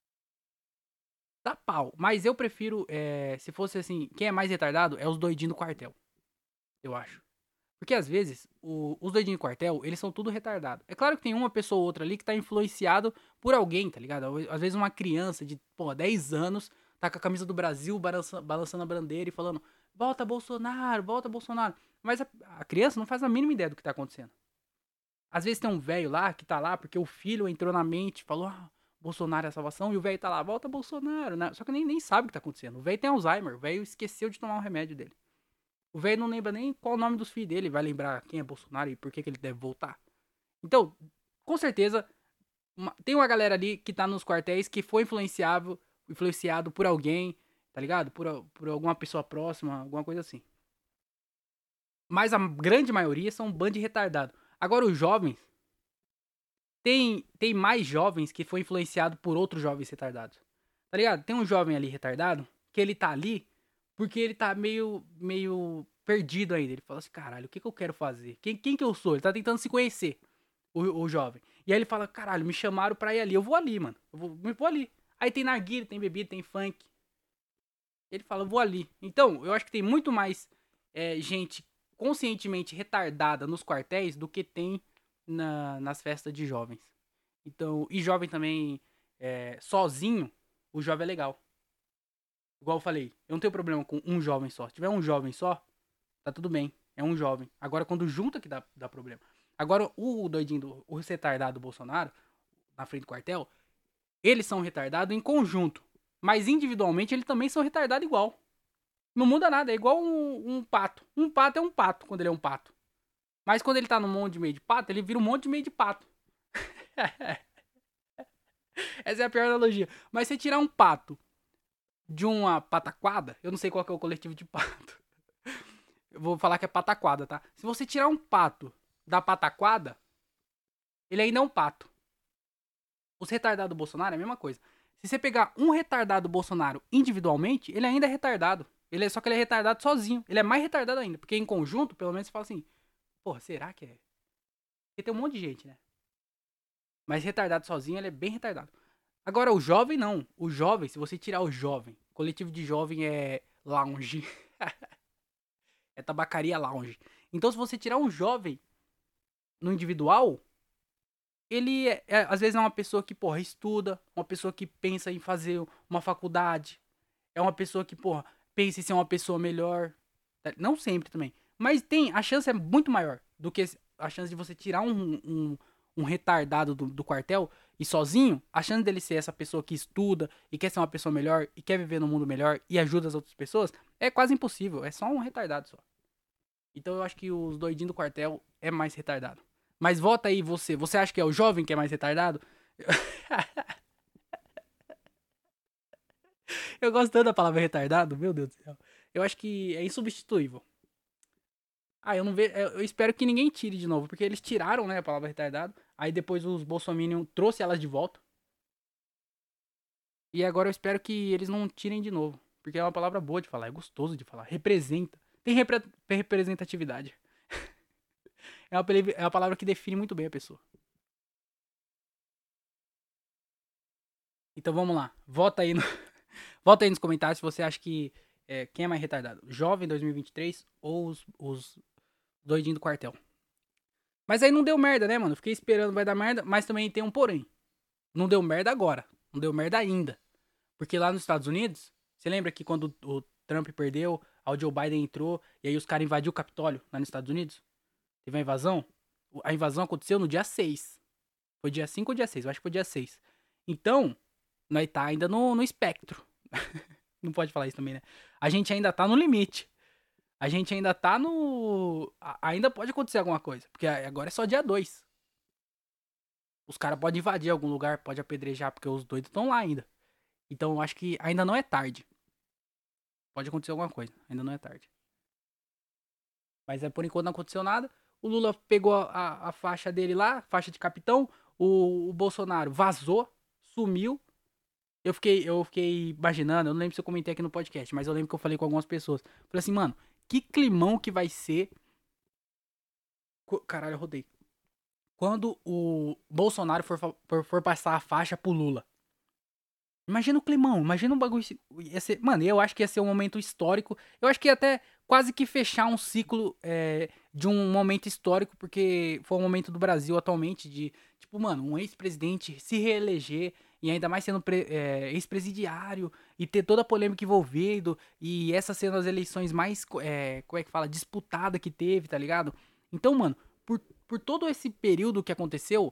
Dá pau. Mas eu prefiro, é, se fosse assim, quem é mais retardado é os doidinhos do quartel. Eu acho. Porque às vezes, o, os doidinhos do quartel, eles são tudo retardados. É claro que tem uma pessoa ou outra ali que tá influenciado por alguém, tá ligado? Às vezes uma criança de, pô, dez anos, tá com a camisa do Brasil, balança, balançando a bandeira e falando, volta Bolsonaro, volta Bolsonaro. Mas a, a criança não faz a mínima ideia do que tá acontecendo. Às vezes tem um velho lá que tá lá porque o filho entrou na mente, falou, ah, Bolsonaro é a salvação, e o velho tá lá, volta Bolsonaro, né? Só que nem, nem sabe o que tá acontecendo. O velho tem Alzheimer, o velho esqueceu de tomar um remédio dele. O velho não lembra nem qual o nome dos filhos dele, vai lembrar quem é Bolsonaro e por que, que ele deve voltar. Então, com certeza, uma, tem uma galera ali que tá nos quartéis que foi influenciável, influenciado por alguém, tá ligado? Por, por alguma pessoa próxima, alguma coisa assim. Mas a grande maioria são um bando de retardado. Agora, os jovens, tem, tem mais jovens que foi influenciado por outros jovens retardados. Tá ligado? Tem um jovem ali retardado, que ele tá ali porque ele tá meio, meio perdido ainda. Ele fala assim, caralho, o que, que eu quero fazer? Quem, quem que eu sou? Ele tá tentando se conhecer, o, o jovem. E aí ele fala, caralho, me chamaram pra ir ali. Eu vou ali, mano. Eu vou, eu vou ali. Aí tem narguilha, tem bebida, tem funk. Ele fala, eu vou ali. Então, eu acho que tem muito mais é, gente conscientemente retardada nos quartéis do que tem na, nas festas de jovens. Então, e jovem também, é, sozinho, o jovem é legal. Igual eu falei, eu não tenho problema com um jovem só. Se tiver um jovem só, tá tudo bem. É um jovem. Agora, quando junta que dá, dá problema. Agora, o doidinho, do, o retardado do Bolsonaro, na frente do quartel, eles são retardados em conjunto. Mas individualmente, eles também são retardados igual. Não muda nada, é igual um, um pato. Um pato é um pato quando ele é um pato. Mas quando ele tá num monte de meio de pato, ele vira um monte de meio de pato. Essa é a pior analogia. Mas se tirar um pato de uma pataquada, eu não sei qual que é o coletivo de pato. Eu vou falar que é pataquada, tá? Se você tirar um pato da pataquada, ele ainda é um pato. Os retardados do Bolsonaro é a mesma coisa. Se você pegar um retardado do Bolsonaro individualmente, ele ainda é retardado. Ele é, só que ele é retardado sozinho. Ele é mais retardado ainda. Porque em conjunto, pelo menos, você fala assim, porra, será que é? Porque tem um monte de gente, né? Mas retardado sozinho, ele é bem retardado. Agora, o jovem não. O jovem, se você tirar o jovem, coletivo de jovem é lounge. É tabacaria lounge. Então, se você tirar um jovem no individual, ele é, é, às vezes é uma pessoa que, porra, estuda, uma pessoa que pensa em fazer uma faculdade, é uma pessoa que, porra, pensa em ser uma pessoa melhor. Não sempre também. Mas tem, a chance é muito maior do que a chance de você tirar um, um, um retardado do, do quartel e sozinho, a chance dele ser essa pessoa que estuda e quer ser uma pessoa melhor e quer viver num mundo melhor e ajuda as outras pessoas, é quase impossível. É só um retardado só. Então eu acho que os doidinhos do quartel é mais retardado. Mas vota aí você. Você acha que é o jovem que é mais retardado? Eu gosto tanto da palavra retardado, meu Deus do céu. Eu acho que é insubstituível. Ah, eu não vejo. Eu espero que ninguém tire de novo, porque eles tiraram, né, a palavra retardado. Aí depois os Bolsominion trouxe elas de volta. E agora eu espero que eles não tirem de novo. Porque é uma palavra boa de falar, é gostoso de falar. Representa. Tem repre representatividade. É uma, é uma palavra que define muito bem a pessoa. Então vamos lá. Vota aí, no... Vota aí nos comentários se você acha que é, quem é mais retardado. Jovem dois mil e vinte e três ou os, os doidinhos do quartel. Mas aí não deu merda, né, mano? Fiquei esperando vai dar merda, mas também tem um porém. Não deu merda agora. Não deu merda ainda. Porque lá nos Estados Unidos, você lembra que quando o Trump perdeu, aí o Joe Biden entrou, e aí os caras invadiram o Capitólio lá nos Estados Unidos? Teve a invasão? A invasão aconteceu no dia seis. Foi dia cinco ou dia seis? Eu acho que foi dia seis. Então, nós tá ainda no, no espectro. Não pode falar isso também, né? A gente ainda tá no limite. A gente ainda tá no. Ainda pode acontecer alguma coisa. Porque agora é só dia dois. Os caras podem invadir algum lugar, pode apedrejar, porque os doidos estão lá ainda. Então eu acho que ainda não é tarde. Pode acontecer alguma coisa, ainda não é tarde. Mas é por enquanto não aconteceu nada. O Lula pegou a, a faixa dele lá, faixa de capitão. O, o Bolsonaro vazou, sumiu. Eu fiquei, eu fiquei imaginando, eu não lembro se eu comentei aqui no podcast, mas eu lembro que eu falei com algumas pessoas. Falei assim, mano, que climão que vai ser. Caralho, eu rodei. Quando o Bolsonaro for, for, for passar a faixa pro Lula. Imagina o climão, imagina um bagulho. Ia ser, mano, eu acho que ia ser um momento histórico. Eu acho que ia até quase que fechar um ciclo é, de um momento histórico, porque foi um momento do Brasil atualmente de, tipo, mano, um ex-presidente se reeleger e ainda mais sendo é, ex-presidiário e ter toda a polêmica envolvido e essas sendo as eleições mais, é, como é que fala, disputada que teve, tá ligado? Então, mano, por, por todo esse período que aconteceu.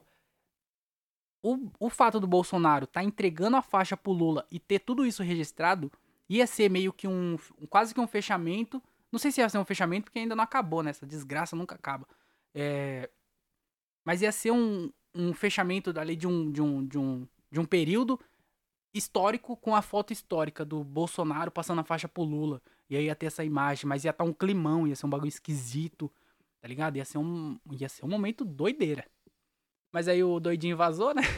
O, o fato do Bolsonaro tá entregando a faixa pro Lula e ter tudo isso registrado ia ser meio que um, um quase que um fechamento. Não sei se ia ser um fechamento porque ainda não acabou, né? Essa desgraça nunca acaba. É, mas ia ser um, um fechamento dali de um, de, um, de, um, de um período histórico com a foto histórica do Bolsonaro passando a faixa pro Lula. E aí ia ter essa imagem, mas ia estar tá um climão, ia ser um bagulho esquisito, tá ligado? Ia ser um, ia ser um momento doideira. Mas aí o doidinho vazou, né?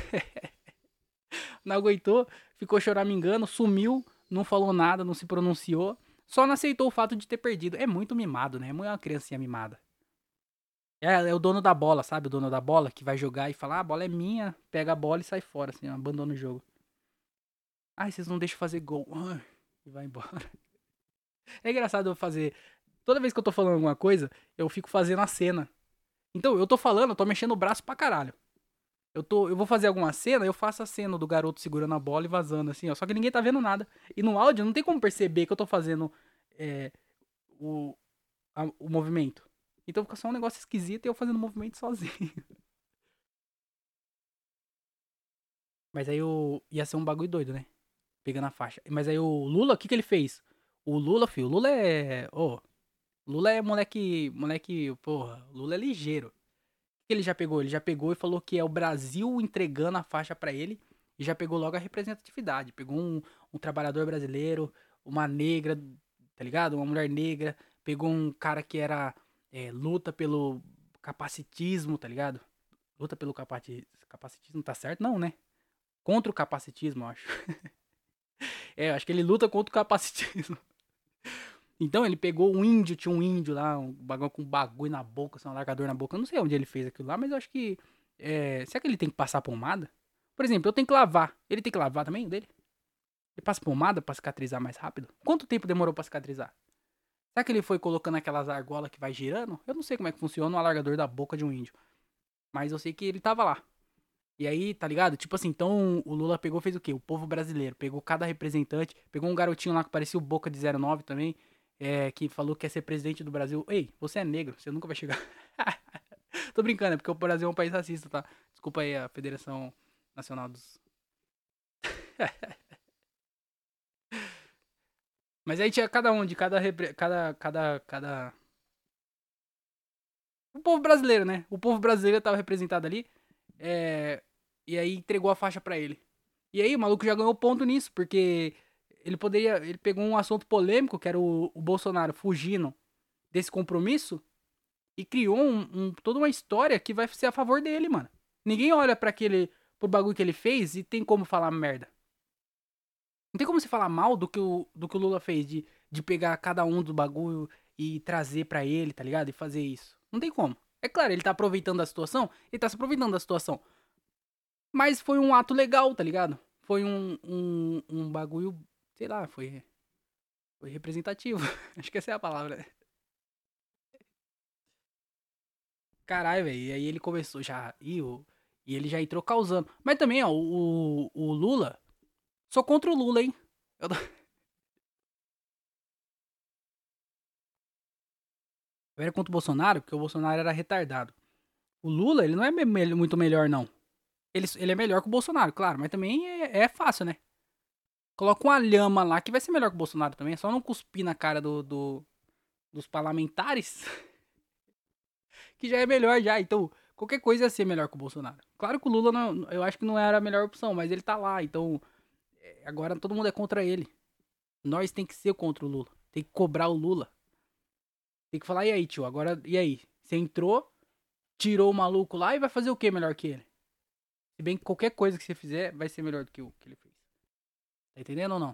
Não aguentou, ficou choramingando, sumiu, não falou nada, não se pronunciou. Só não aceitou o fato de ter perdido. É muito mimado, né? É uma criancinha mimada. É, é o dono da bola, sabe? O dono da bola que vai jogar e fala: ah, a bola é minha, pega a bola e sai fora, assim, abandona o jogo. Ai, vocês não deixam fazer gol. Ai, e vai embora. É engraçado eu fazer. Toda vez que eu tô falando alguma coisa, eu fico fazendo a cena. Então, eu tô falando, eu tô mexendo o braço pra caralho. Eu, tô, eu vou fazer alguma cena, eu faço a cena do garoto segurando a bola e vazando, assim, ó. Só que ninguém tá vendo nada. E no áudio não tem como perceber que eu tô fazendo é, o, a, o movimento. Então fica só um negócio esquisito e eu fazendo o movimento sozinho. Mas aí o. Ia ser um bagulho doido, né? Pegando a faixa. Mas aí o Lula, o que que ele fez? O Lula, filho, o Lula é. Ô, oh, Lula é moleque. Moleque. Porra, o Lula é ligeiro. O que ele já pegou? Ele já pegou e falou que é o Brasil entregando a faixa pra ele. E já pegou logo a representatividade. Pegou um, um trabalhador brasileiro, uma negra, tá ligado? Uma mulher negra. Pegou um cara que era é, luta pelo capacitismo, tá ligado? Luta pelo capati capacitismo, tá certo? Não, né? Contra o capacitismo, eu acho. É, eu acho que ele luta contra o capacitismo. Então ele pegou um índio, tinha um índio lá, um bagulho com um bagulho na boca, assim, um largador na boca. Eu não sei onde ele fez aquilo lá, mas eu acho que. É, será que ele tem que passar pomada? Por exemplo, eu tenho que lavar. Ele tem que lavar também, o dele? Ele passa pomada pra cicatrizar mais rápido? Quanto tempo demorou pra cicatrizar? Será que ele foi colocando aquelas argolas que vai girando? Eu não sei como é que funciona o alargador da boca de um índio. Mas eu sei que ele tava lá. E aí, tá ligado? Tipo assim, então o Lula pegou, fez o quê? O povo brasileiro. Pegou cada representante. Pegou um garotinho lá que parecia o Boca de zero nove também. É, que falou que quer ser presidente do Brasil. Ei, você é negro, você nunca vai chegar. Tô brincando, é porque o Brasil é um país racista, tá? Desculpa aí a Federação Nacional dos. Mas aí tinha cada um, de cada. Repre... Cada. Cada. Cada. O povo brasileiro, né? O povo brasileiro tava representado ali. É... E aí entregou a faixa pra ele. E aí o maluco já ganhou ponto nisso, porque ele poderia. Ele pegou um assunto polêmico, que era o, o Bolsonaro fugindo desse compromisso, e criou um, um, toda uma história que vai ser a favor dele, mano. Ninguém olha para aquele. Pro bagulho que ele fez e tem como falar merda. Não tem como você falar mal do que o, do que o Lula fez, de, de pegar cada um do bagulho e trazer pra ele, tá ligado? E fazer isso. Não tem como. É claro, ele tá aproveitando da situação, ele tá se aproveitando da situação. Mas foi um ato legal, tá ligado? Foi um, um, um bagulho, sei lá, foi, foi representativo. Acho que essa é a palavra. Caralho, velho. E aí ele começou já. Ih, o, E ele já entrou causando. Mas também, ó, o, o Lula. Sou contra o Lula, hein? Eu... eu era contra o Bolsonaro, porque o Bolsonaro era retardado. O Lula, ele não é me- muito melhor, não. Ele, ele é melhor que o Bolsonaro, claro, mas também é, é fácil, né? Coloca uma lhama lá que vai ser melhor que o Bolsonaro também. É só não cuspir na cara do, do- dos parlamentares, que já é melhor já. Então, qualquer coisa ia ser melhor que o Bolsonaro. Claro que o Lula, não, eu acho que não era a melhor opção, mas ele tá lá. Então, é, agora todo mundo é contra ele. Nós tem que ser contra o Lula. Tem que cobrar o Lula. Tem que falar, e aí, tio, agora, e aí? Você entrou, tirou o maluco lá e vai fazer o que melhor que ele? Se bem que qualquer coisa que você fizer vai ser melhor do que o que ele fez. Tá entendendo ou não?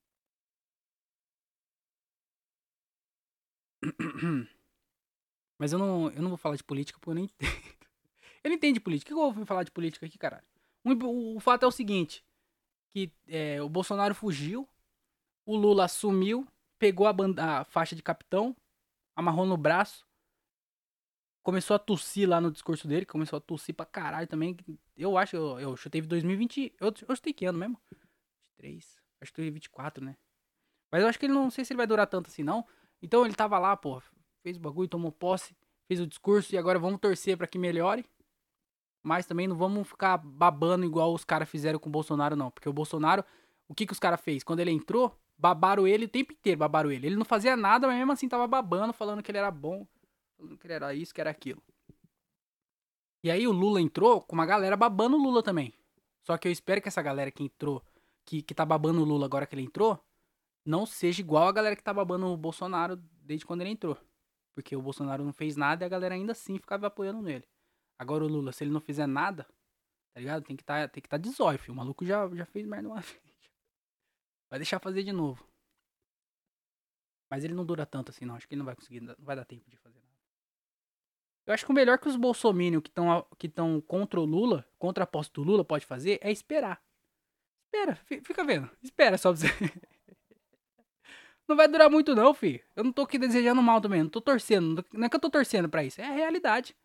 Mas eu não, eu não vou falar de política porque eu nem entendo. Eu não entendo de política. O que eu vou falar de política aqui, caralho? O, o, o fato é o seguinte: que é, o Bolsonaro fugiu, o Lula assumiu, pegou a, banda, a faixa de capitão, amarrou no braço, começou a tossir lá no discurso dele, começou a tossir pra caralho também. Eu acho, eu, eu chutei dois mil e vinte. Eu, eu chutei que ano mesmo? vinte e três. Acho que vinte e quatro, né? Mas eu acho que ele não sei se ele vai durar tanto assim, não. Então ele tava lá, pô, fez o bagulho, tomou posse, fez o discurso e agora vamos torcer pra que melhore. Mas também não vamos ficar babando igual os caras fizeram com o Bolsonaro, não. Porque o Bolsonaro, o que que os caras fez? Quando ele entrou, babaram ele o tempo inteiro, babaram ele. Ele não fazia nada, mas mesmo assim tava babando, falando que ele era bom, falando que ele era isso, que era aquilo. E aí o Lula entrou com uma galera babando o Lula também. Só que eu espero que essa galera que entrou, que, que tá babando o Lula agora que ele entrou, não seja igual a galera que tá babando o Bolsonaro desde quando ele entrou. Porque o Bolsonaro não fez nada e a galera ainda assim ficava apoiando nele. Agora o Lula, se ele não fizer nada, tá ligado? Tem que tá, tem que tá de zóio, filho. O maluco já, já fez merda uma vez. Vai deixar fazer de novo. Mas ele não dura tanto assim, não. Acho que ele não vai conseguir, não vai dar tempo de fazer nada. Eu acho que o melhor que os bolsominions que estão que tão contra o Lula, contra a posse do Lula, pode fazer é esperar. Espera, fica vendo. Espera só pra você. Não vai durar muito não, filho. Eu não tô aqui desejando mal também. Não tô torcendo. Não é que eu tô torcendo pra isso. É a realidade.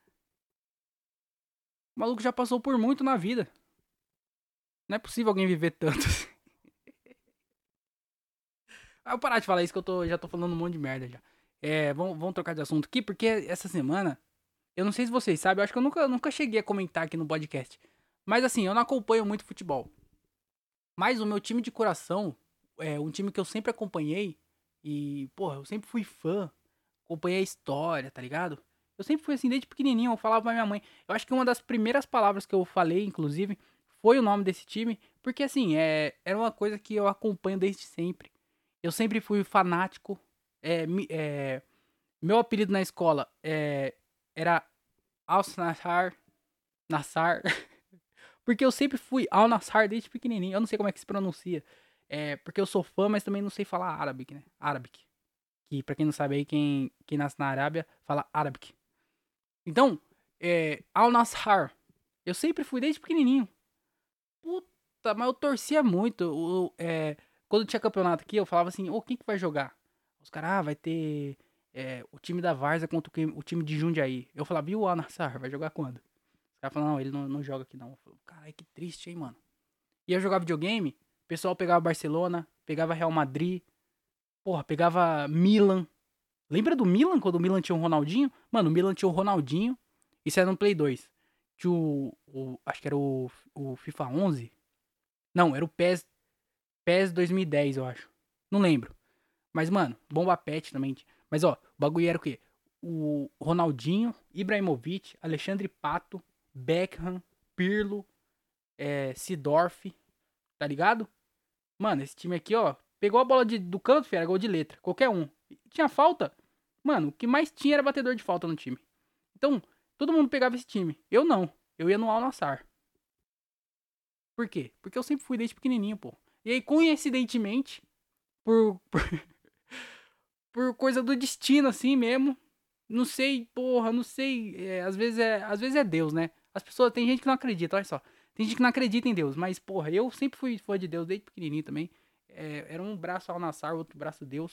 O maluco já passou por muito na vida. Não é possível alguém viver tanto assim. Ah, eu vou parar de falar isso que eu tô, já tô falando um monte de merda já. É, vamos, vamos trocar de assunto aqui, porque essa semana, eu não sei se vocês sabem, eu acho que eu nunca, nunca cheguei a comentar aqui no podcast. Mas assim, eu não acompanho muito futebol. Mas o meu time de coração, é um time que eu sempre acompanhei. E, porra, eu sempre fui fã. Acompanhei a história, tá ligado? Eu sempre fui assim, desde pequenininho, eu falava pra minha mãe. Eu acho que uma das primeiras palavras que eu falei, inclusive, foi o nome desse time. Porque, assim, é, era uma coisa que eu acompanho desde sempre. Eu sempre fui fanático. É, é, meu apelido na escola é, era Al-Nassar. Nassar. Porque eu sempre fui Al-Nassar desde pequenininho. Eu não sei como é que se pronuncia. É, porque eu sou fã, mas também não sei falar árabe, né? Árabe. Que, pra quem não sabe aí, quem, quem nasce na Arábia fala árabe. Então, é, Al-Nassr. Eu sempre fui desde pequenininho. Puta, mas eu torcia muito. O, é, quando tinha campeonato aqui, eu falava assim, ô, oh, quem que vai jogar? Os caras, ah, vai ter é, o time da Várzea contra o, o time de Jundiaí. Eu falava, viu o Al-Nassr, vai jogar quando? Os caras falavam, não, ele não, não joga aqui não. Eu falava, caralho, que triste, hein, mano. Ia jogar videogame, o pessoal pegava Barcelona, pegava Real Madrid, porra, pegava Milan. Lembra do Milan, quando o Milan tinha o Ronaldinho? Mano, o Milan tinha o Ronaldinho. Isso era no Play dois. Tinha o, o acho que era o, o FIFA onze. Não, era o PES, PES dois mil e dez, eu acho. Não lembro. Mas, mano, Bomba Pet também. Mas, ó, o bagulho era o quê? O Ronaldinho, Ibrahimovic, Alexandre Pato, Beckham, Pirlo, é, Sidorf, tá ligado? Mano, esse time aqui, ó, pegou a bola de, do canto, filho, era gol de letra. Qualquer um. Tinha falta. Mano, o que mais tinha era batedor de falta no time. Então, todo mundo pegava esse time. Eu não. Eu ia no Al-Nassr. Por quê? Porque eu sempre fui desde pequenininho, pô. E aí, coincidentemente, por, por, por coisa do destino, assim mesmo. Não sei, porra, não sei. É, às, vezes é, às vezes é Deus, né? As pessoas, tem gente que não acredita, olha só. Tem gente que não acredita em Deus, mas, porra, eu sempre fui fã de Deus desde pequenininho também. É, era um braço Al-Nassr, outro braço Deus.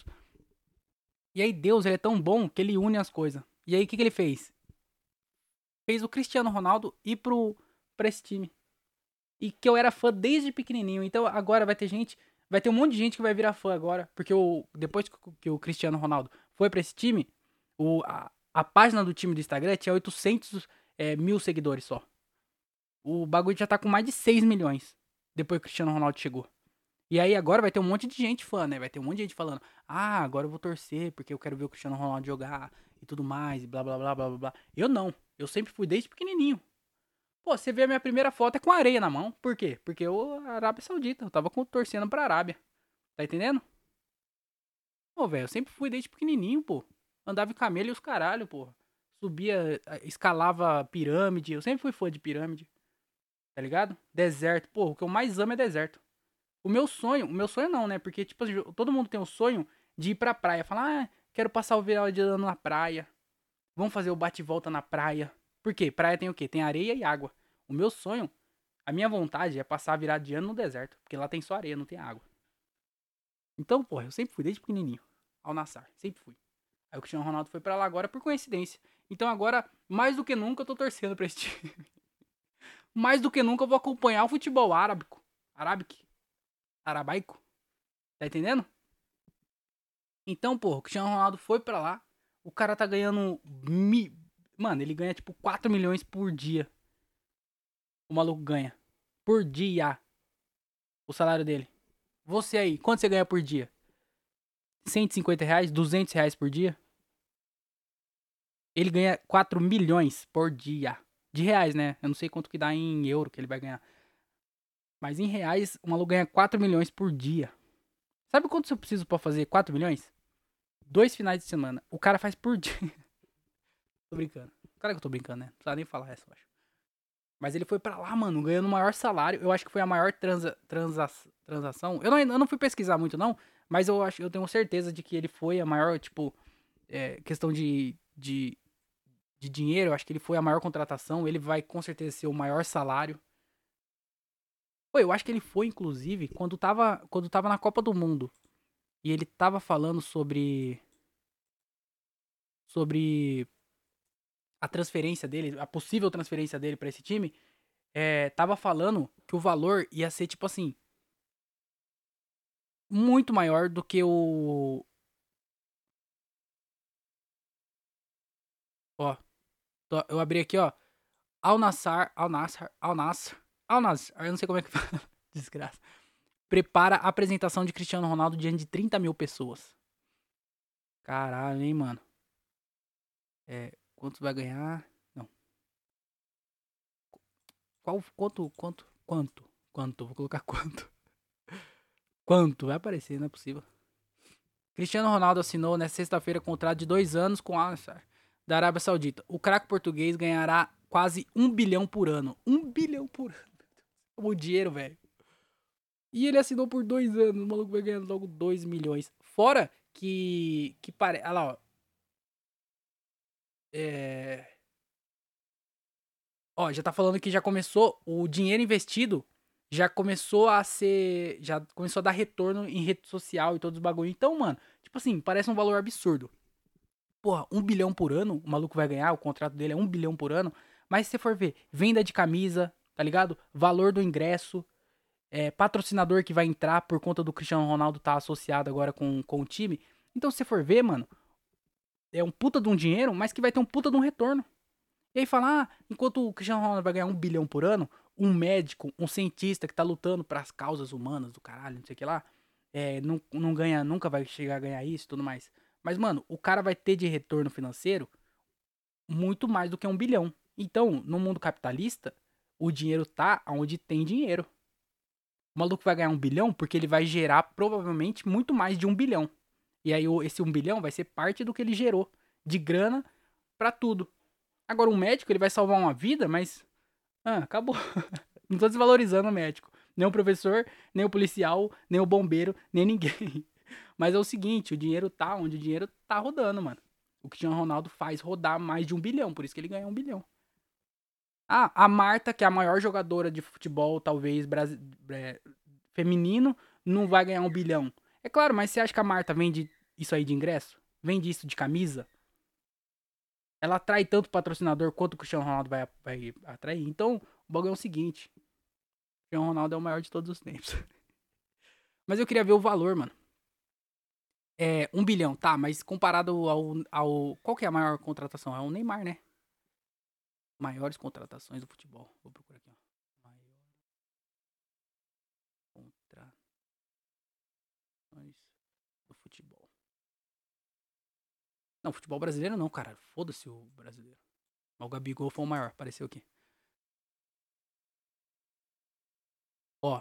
E aí, Deus, ele é tão bom que ele une as coisas. E aí, o que, que ele fez? Fez o Cristiano Ronaldo ir pro, pra esse time. E que eu era fã desde pequenininho. Então agora vai ter gente, vai ter um monte de gente que vai virar fã agora. Porque o, depois que o Cristiano Ronaldo foi pra esse time, o, a, a página do time do Instagram tinha oitocentos é, mil seguidores só. O bagulho já tá com mais de seis milhões. Depois que o Cristiano Ronaldo chegou. E aí agora vai ter um monte de gente fã, né? Vai ter um monte de gente falando, ah, agora eu vou torcer porque eu quero ver o Cristiano Ronaldo jogar e tudo mais, e blá blá blá blá blá blá. Eu não. Eu sempre fui desde pequenininho. Pô, você vê a minha primeira foto é com areia na mão. Por quê? Porque eu, Arábia Saudita, eu tava torcendo pra Arábia. Tá entendendo? Pô, velho, eu sempre fui desde pequenininho, pô. Andava em camelo e os caralho, pô. Subia, escalava pirâmide. Eu sempre fui fã de pirâmide. Tá ligado? Deserto. Pô, o que eu mais amo é deserto. O meu sonho, o meu sonho não, né? Porque, tipo, todo mundo tem o sonho de ir pra praia. Falar, ah, quero passar o verão de ano na praia. Vamos fazer o bate-volta na praia. Por quê? Praia tem o quê? Tem areia e água. O meu sonho, a minha vontade é passar a virada de ano no deserto. Porque lá tem só areia, não tem água. Então, porra, eu sempre fui, desde pequenininho. Ao Nassar, sempre fui. Aí o Cristiano Ronaldo foi pra lá agora por coincidência. Então agora, mais do que nunca, eu tô torcendo pra esse time. Mais do que nunca eu vou acompanhar o futebol árabico. Arábico. Arabaico. Tá entendendo? Então, porra, o Cristiano Ronaldo foi pra lá. O cara tá ganhando... Mi... Mano, ele ganha tipo quatro milhões por dia. O maluco ganha. Por dia. O salário dele. Você aí, quanto você ganha por dia? cento e cinquenta reais? duzentos reais por dia? Ele ganha quatro milhões por dia. De reais, né? Eu não sei quanto que dá em euro que ele vai ganhar. Mas em reais, o maluco ganha quatro milhões por dia. Sabe quanto eu preciso pra fazer quatro milhões? Dois finais de semana. O cara faz por dia. Tô brincando. Claro que eu tô brincando, né? Não precisa nem falar essa, eu acho. Mas ele foi pra lá, mano, ganhando o maior salário. Eu acho que foi a maior transa, transa, transação. Eu não, eu não fui pesquisar muito, não. Mas eu acho, eu tenho certeza de que ele foi a maior, tipo, é, questão de, de, de dinheiro. Eu acho que ele foi a maior contratação. Ele vai com certeza ser o maior salário. Pô, eu acho que ele foi, inclusive, quando tava, quando tava na Copa do Mundo. E ele tava falando sobre. Sobre a transferência dele, a possível transferência dele pra esse time. É, tava falando que o valor ia ser, tipo assim, muito maior do que o. Ó, tô- eu abri aqui, ó. Al Nassr, Al Nassr, Al Nassr, Al Nassr, eu não sei como é que fala. Desgraça. Prepara a apresentação de Cristiano Ronaldo diante de trinta mil pessoas. Caralho, hein, mano. É, quanto vai ganhar? Não. Qual, quanto, quanto, quanto, quanto, vou colocar quanto. Quanto? Vai aparecer, não é possível. Cristiano Ronaldo assinou nesta sexta-feira contrato de dois anos com Al Nassr da Arábia Saudita. O craque português ganhará quase um bilhão por ano. Um bilhão por ano. O dinheiro, velho. E ele assinou por dois anos. O maluco vai ganhar logo dois milhões. Fora que. que pare... Olha lá, ó. É... Ó, já tá falando que já começou. O dinheiro investido já começou a ser. Já começou a dar retorno em rede social e todos os bagulho. Então, mano, tipo assim, parece um valor absurdo. Porra, um bilhão por ano, o maluco vai ganhar, o contrato dele é um bilhão por ano. Mas se você for ver, venda de camisa, tá ligado? Valor do ingresso, é, patrocinador que vai entrar por conta do Cristiano Ronaldo tá associado agora com, com o time. Então, se você for ver, mano, é um puta de um dinheiro, mas que vai ter um puta de um retorno. E aí fala, ah, enquanto o Cristiano Ronaldo vai ganhar um bilhão por ano, um médico, um cientista que tá lutando pras causas humanas do caralho, não sei o que lá, é, não, não ganha, nunca vai chegar a ganhar isso e tudo mais. Mas, mano, o cara vai ter de retorno financeiro muito mais do que um bilhão. Então, no mundo capitalista, o dinheiro tá onde tem dinheiro. O maluco vai ganhar um bilhão porque ele vai gerar provavelmente muito mais de um bilhão. E aí esse um bilhão vai ser parte do que ele gerou de grana pra tudo. Agora um médico, ele vai salvar uma vida, mas... Ah, acabou. Não tô desvalorizando o médico. Nem o professor, nem o policial, nem o bombeiro, nem ninguém. Mas é o seguinte, o dinheiro tá onde o dinheiro tá rodando, mano. O Cristiano Ronaldo faz rodar mais de um bilhão, por isso que ele ganha um bilhão. Ah, a Marta, que é a maior jogadora de futebol, talvez, brasi- é, feminino, não vai ganhar um bilhão. É claro, mas você acha que a Marta vende isso aí de ingresso? Vende isso de camisa? Ela atrai tanto patrocinador quanto o Cristiano Ronaldo vai, vai atrair. Então, O bagulho é o seguinte. O Cristiano Ronaldo é o maior de todos os tempos. Mas eu queria ver o valor, mano. É, um bilhão, tá, mas comparado ao, ao... Qual que é a maior contratação? É o Neymar, né? Maiores contratações do futebol. Vou procurar aqui, ó. Maiores contratações do futebol. Não, futebol brasileiro não, cara. Foda-se o brasileiro. O Gabigol foi o maior, apareceu aqui. Ó.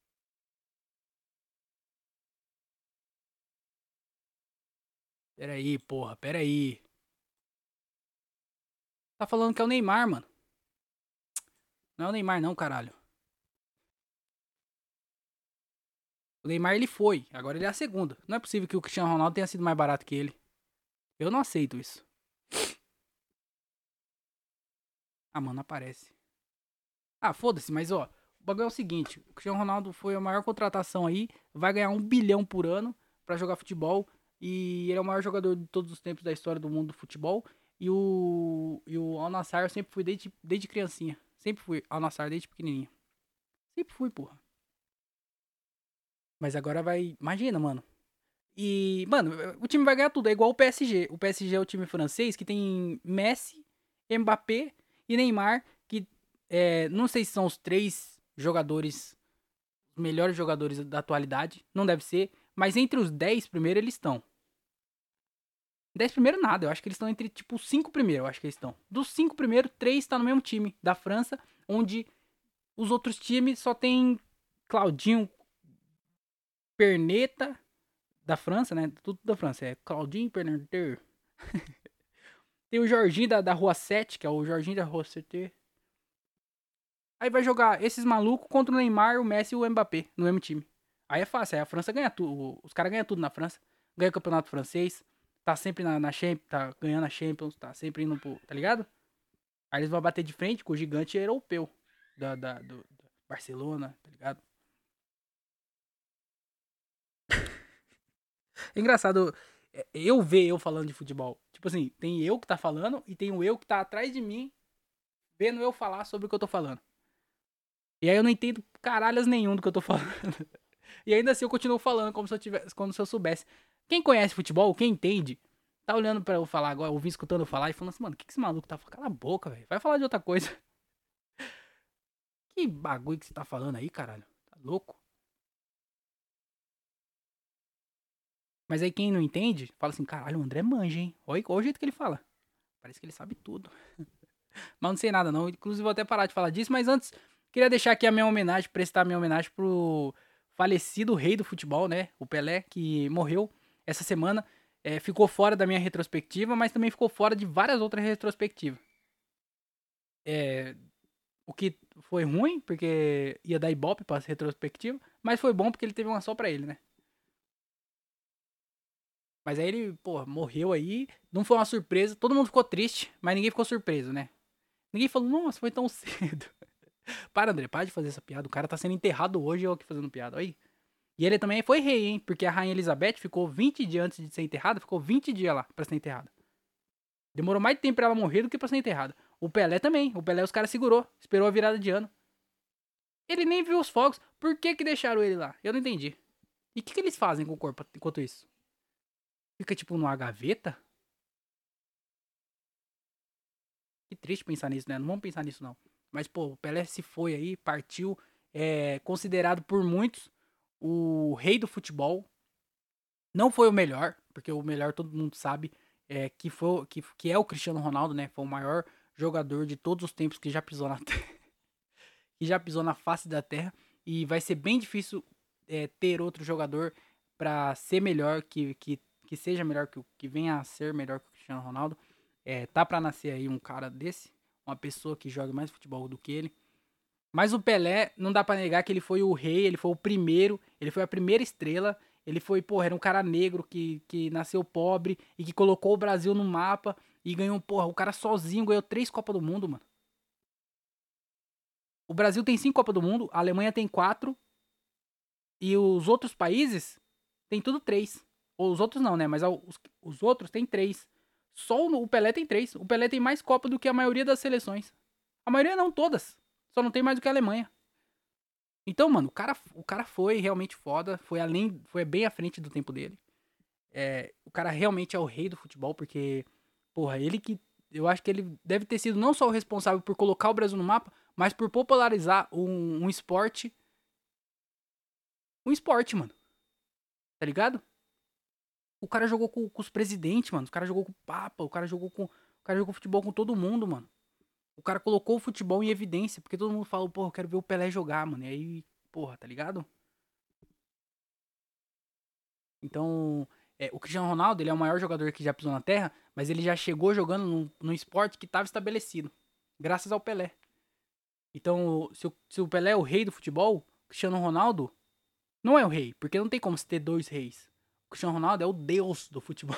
Pera aí, porra, pera aí. Tá falando que é o Neymar, mano. Não é o Neymar não, caralho. O Neymar ele foi, agora ele é a segunda. Não é possível que o Cristiano Ronaldo tenha sido mais barato que ele. Eu não aceito isso. Ah, mano, aparece. Ah, foda-se, mas ó, o bagulho é o seguinte, o Cristiano Ronaldo foi a maior contratação aí, vai ganhar um bilhão por ano pra jogar futebol, e ele é o maior jogador de todos os tempos da história do mundo do futebol, e o, e o Al Nassr eu sempre fui desde, desde criancinha, sempre fui Al Nassr desde pequenininho, sempre fui, porra. Mas agora vai, imagina, mano, e, mano, o time vai ganhar tudo, é igual o P S G, o P S G é o time francês que tem Messi, Mbappé e Neymar, que é, não sei se são os três jogadores, os melhores jogadores da atualidade, não deve ser, mas entre os dez primeiros eles estão. dez primeiros nada, eu acho que eles estão entre, tipo, os cinco primeiros, eu acho que eles estão. Dos cinco primeiros, três estão no mesmo time da França, onde os outros times só tem Claudinho, Perneta, da França, né? Tudo da França, é Claudinho, Perneta. Tem o Jorginho da, da Rua sete, que é o Jorginho da Rua sete. Aí vai jogar esses malucos contra o Neymar, o Messi e o Mbappé no mesmo time. Aí é fácil, aí a França ganha tudo. Os caras ganham tudo na França. Ganha o campeonato francês. Tá sempre na, na Champions, tá ganhando a Champions, tá sempre indo pro. Tá ligado? Aí eles vão bater de frente com o gigante europeu. Da, da, do, do Barcelona, tá ligado? É engraçado é, eu ver eu falando de futebol. Tipo assim, tem eu que tá falando e tem o eu que tá atrás de mim vendo eu falar sobre o que eu tô falando. E aí eu não entendo caralhas nenhum do que eu tô falando. E ainda assim eu continuo falando como se eu tivesse, como se eu soubesse. Quem conhece futebol, quem entende, tá olhando pra eu falar agora, ouvindo, escutando eu falar e falando assim, mano, o que, que esse maluco tá falando? Cala a boca, velho. Vai falar de outra coisa. Que bagulho que você tá falando aí, caralho? Tá louco? Mas aí quem não entende, fala assim, caralho, o André manja, hein? Olha, olha o jeito que ele fala. Parece que ele sabe tudo. Mas não sei nada, não. Inclusive, vou até parar de falar disso. Mas antes, queria deixar aqui a minha homenagem, prestar a minha homenagem pro falecido rei do futebol, né? O Pelé, que morreu essa semana. É, ficou fora da minha retrospectiva, mas também ficou fora de várias outras retrospectivas. É, o que foi ruim, porque ia dar ibope pra retrospectiva. Mas foi bom porque ele teve uma só pra ele, né? Mas aí ele, pô, morreu aí. Não foi uma surpresa. Todo mundo ficou triste, mas ninguém ficou surpreso, né? Ninguém falou, nossa, foi tão cedo. Para, André, para de fazer essa piada. O cara tá sendo enterrado hoje, eu aqui fazendo piada. Aí. E ele também foi rei, hein? Porque a Rainha Elizabeth ficou vinte dias antes de ser enterrada, ficou vinte dias lá pra ser enterrada. Demorou mais tempo pra ela morrer do que pra ser enterrada. O Pelé também. O Pelé os caras segurou. Esperou a virada de ano. Ele nem viu os fogos. Por que que deixaram ele lá? Eu não entendi. E o que, que eles fazem com o corpo enquanto isso? Fica tipo numa gaveta? Que triste pensar nisso, né? Não vamos pensar nisso, não. Mas, pô, o Pelé se foi aí, partiu. É considerado por muitos o rei do futebol. Não foi o melhor, porque o melhor todo mundo sabe é, que, foi, que, que é o Cristiano Ronaldo, né? Foi o maior jogador de todos os tempos que já pisou na terra. Que já pisou na face da terra. E vai ser bem difícil é, ter outro jogador para ser melhor, que, que, que seja melhor, que, que venha a ser melhor que o Cristiano Ronaldo. É, tá pra nascer aí um cara desse, uma pessoa que joga mais futebol do que ele. Mas o Pelé, não dá pra negar que ele foi o rei, ele foi o primeiro, ele foi a primeira estrela. Ele foi, porra, era um cara negro que, que nasceu pobre e que colocou o Brasil no mapa e ganhou, porra, o cara sozinho ganhou três Copas do Mundo, mano. O Brasil tem cinco Copas do Mundo, a Alemanha tem quatro e os outros países tem tudo três. Ou os outros não, né? Mas os, os outros tem três. Só o Pelé tem três. O Pelé tem mais Copa do que a maioria das seleções. A maioria não, todas. Só não tem mais do que a Alemanha. Então, mano, o cara, o cara foi realmente foda. Foi além. Foi bem à frente do tempo dele. É, o cara realmente é o rei do futebol, porque, porra, ele que. Eu acho que ele deve ter sido não só o responsável por colocar o Brasil no mapa, mas por popularizar um, um esporte. Um esporte, mano. Tá ligado? O cara jogou com, com os presidentes, mano. O cara jogou com o Papa. O cara jogou com. O cara jogou futebol com todo mundo, mano. O cara colocou o futebol em evidência, porque todo mundo fala, porra, eu quero ver o Pelé jogar, mano. E aí, porra, tá ligado? Então, é, o Cristiano Ronaldo, ele é o maior jogador que já pisou na Terra, mas ele já chegou jogando num, num esporte que estava estabelecido, graças ao Pelé. Então, se o, se o Pelé é o rei do futebol, o Cristiano Ronaldo não é o rei, porque não tem como se ter dois reis. O Cristiano Ronaldo é o deus do futebol.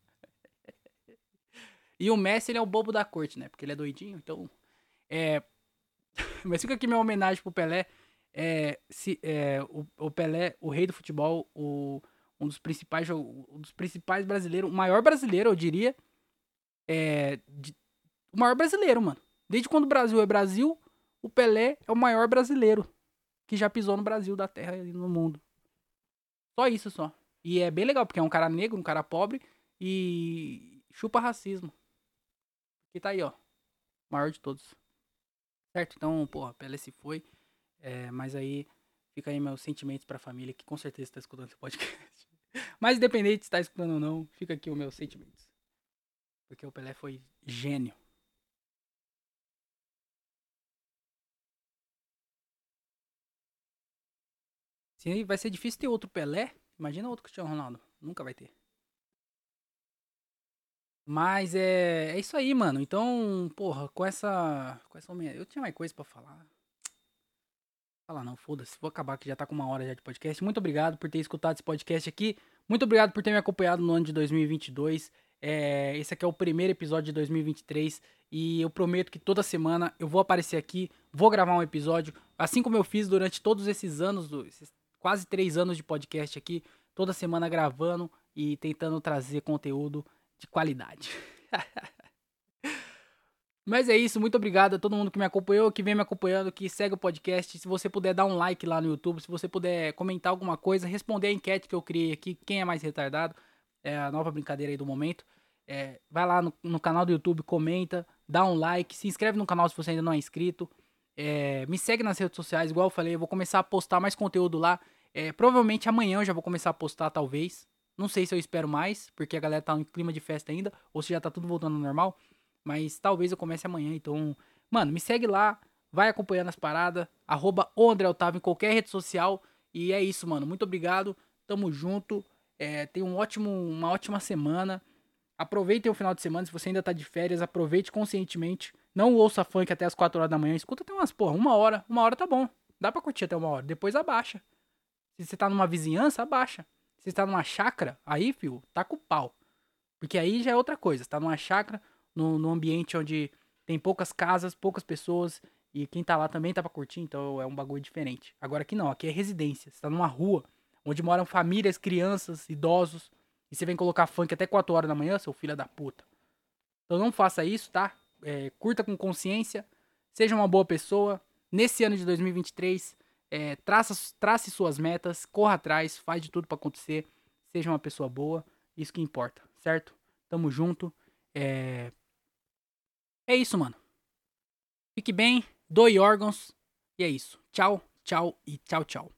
E o Messi, ele é o bobo da corte, né? Porque ele é doidinho, então... É... Mas fica aqui minha homenagem pro Pelé. É, se, é, o, o Pelé, o rei do futebol, o, um dos principais um dos principais brasileiros, o maior brasileiro, eu diria. É, de, o maior brasileiro, mano. Desde quando o Brasil é Brasil, o Pelé é o maior brasileiro que já pisou no Brasil, da terra e no mundo. Só isso, só. E é bem legal, porque é um cara negro, um cara pobre e chupa racismo. E tá aí, ó. O maior de todos. Certo? Então, porra, Pelé se foi. É, mas aí fica aí meus sentimentos pra família, que com certeza tá escutando esse podcast. Mas independente se tá escutando ou não, fica aqui os meus sentimentos. Porque o Pelé foi gênio. Se vai ser difícil ter outro Pelé, imagina outro Cristiano Ronaldo. Nunca vai ter. Mas é, é isso aí, mano. Então, porra, com essa. Com essa homenagem. Eu tinha mais coisa pra falar. Falar não, foda-se. Vou acabar que já tá com uma hora já de podcast. Muito obrigado por ter escutado esse podcast aqui. Muito obrigado por ter me acompanhado no ano de dois mil e vinte e dois. É, esse aqui é o primeiro episódio de dois mil e vinte e três. E eu prometo que toda semana eu vou aparecer aqui, vou gravar um episódio. Assim como eu fiz durante todos esses anos, esses quase três anos de podcast aqui. Toda semana gravando e tentando trazer conteúdo de qualidade. Mas é isso, muito obrigado a todo mundo que me acompanhou, que vem me acompanhando, que segue o podcast. Se você puder dar um like lá no YouTube, se você puder comentar alguma coisa, responder a enquete que eu criei aqui, quem é mais retardado, é a nova brincadeira aí do momento. É, vai lá no, no canal do YouTube, comenta, dá um like, se inscreve no canal se você ainda não é inscrito. É, me segue nas redes sociais, igual eu falei, eu vou começar a postar mais conteúdo lá. É, provavelmente amanhã eu já vou começar a postar, talvez. Não sei se eu espero mais, porque a galera tá no clima de festa ainda, ou se já tá tudo voltando ao normal. Mas talvez eu comece amanhã, então... Mano, me segue lá, vai acompanhando as paradas, arroba o André Otávio em qualquer rede social. E é isso, mano. Muito obrigado, tamo junto. É, tenha um ótimo, uma ótima semana. Aproveitem o final de semana, se você ainda tá de férias, aproveite conscientemente. Não ouça funk até as quatro horas da manhã, escuta até umas, porra, uma hora. Uma hora tá bom. Dá pra curtir até uma hora, depois abaixa. Se você tá numa vizinhança, abaixa. Se você tá numa chácara, aí, fio, tá com o pau. Porque aí já é outra coisa. Você tá numa chácara, no, no ambiente onde tem poucas casas, poucas pessoas, e quem tá lá também tá pra curtir, então é um bagulho diferente. Agora aqui não, aqui é residência. Você tá numa rua onde moram famílias, crianças, idosos, e você vem colocar funk até quatro horas da manhã, seu filho da puta. Então não faça isso, tá? É, curta com consciência, seja uma boa pessoa. Nesse ano de dois mil e vinte e três, é, traça, trace suas metas, corra atrás, faz de tudo pra acontecer, seja uma pessoa boa, isso que importa, certo? Tamo junto. É, é isso, mano. Fique bem, doe órgãos. E é isso. Tchau, tchau e tchau, tchau.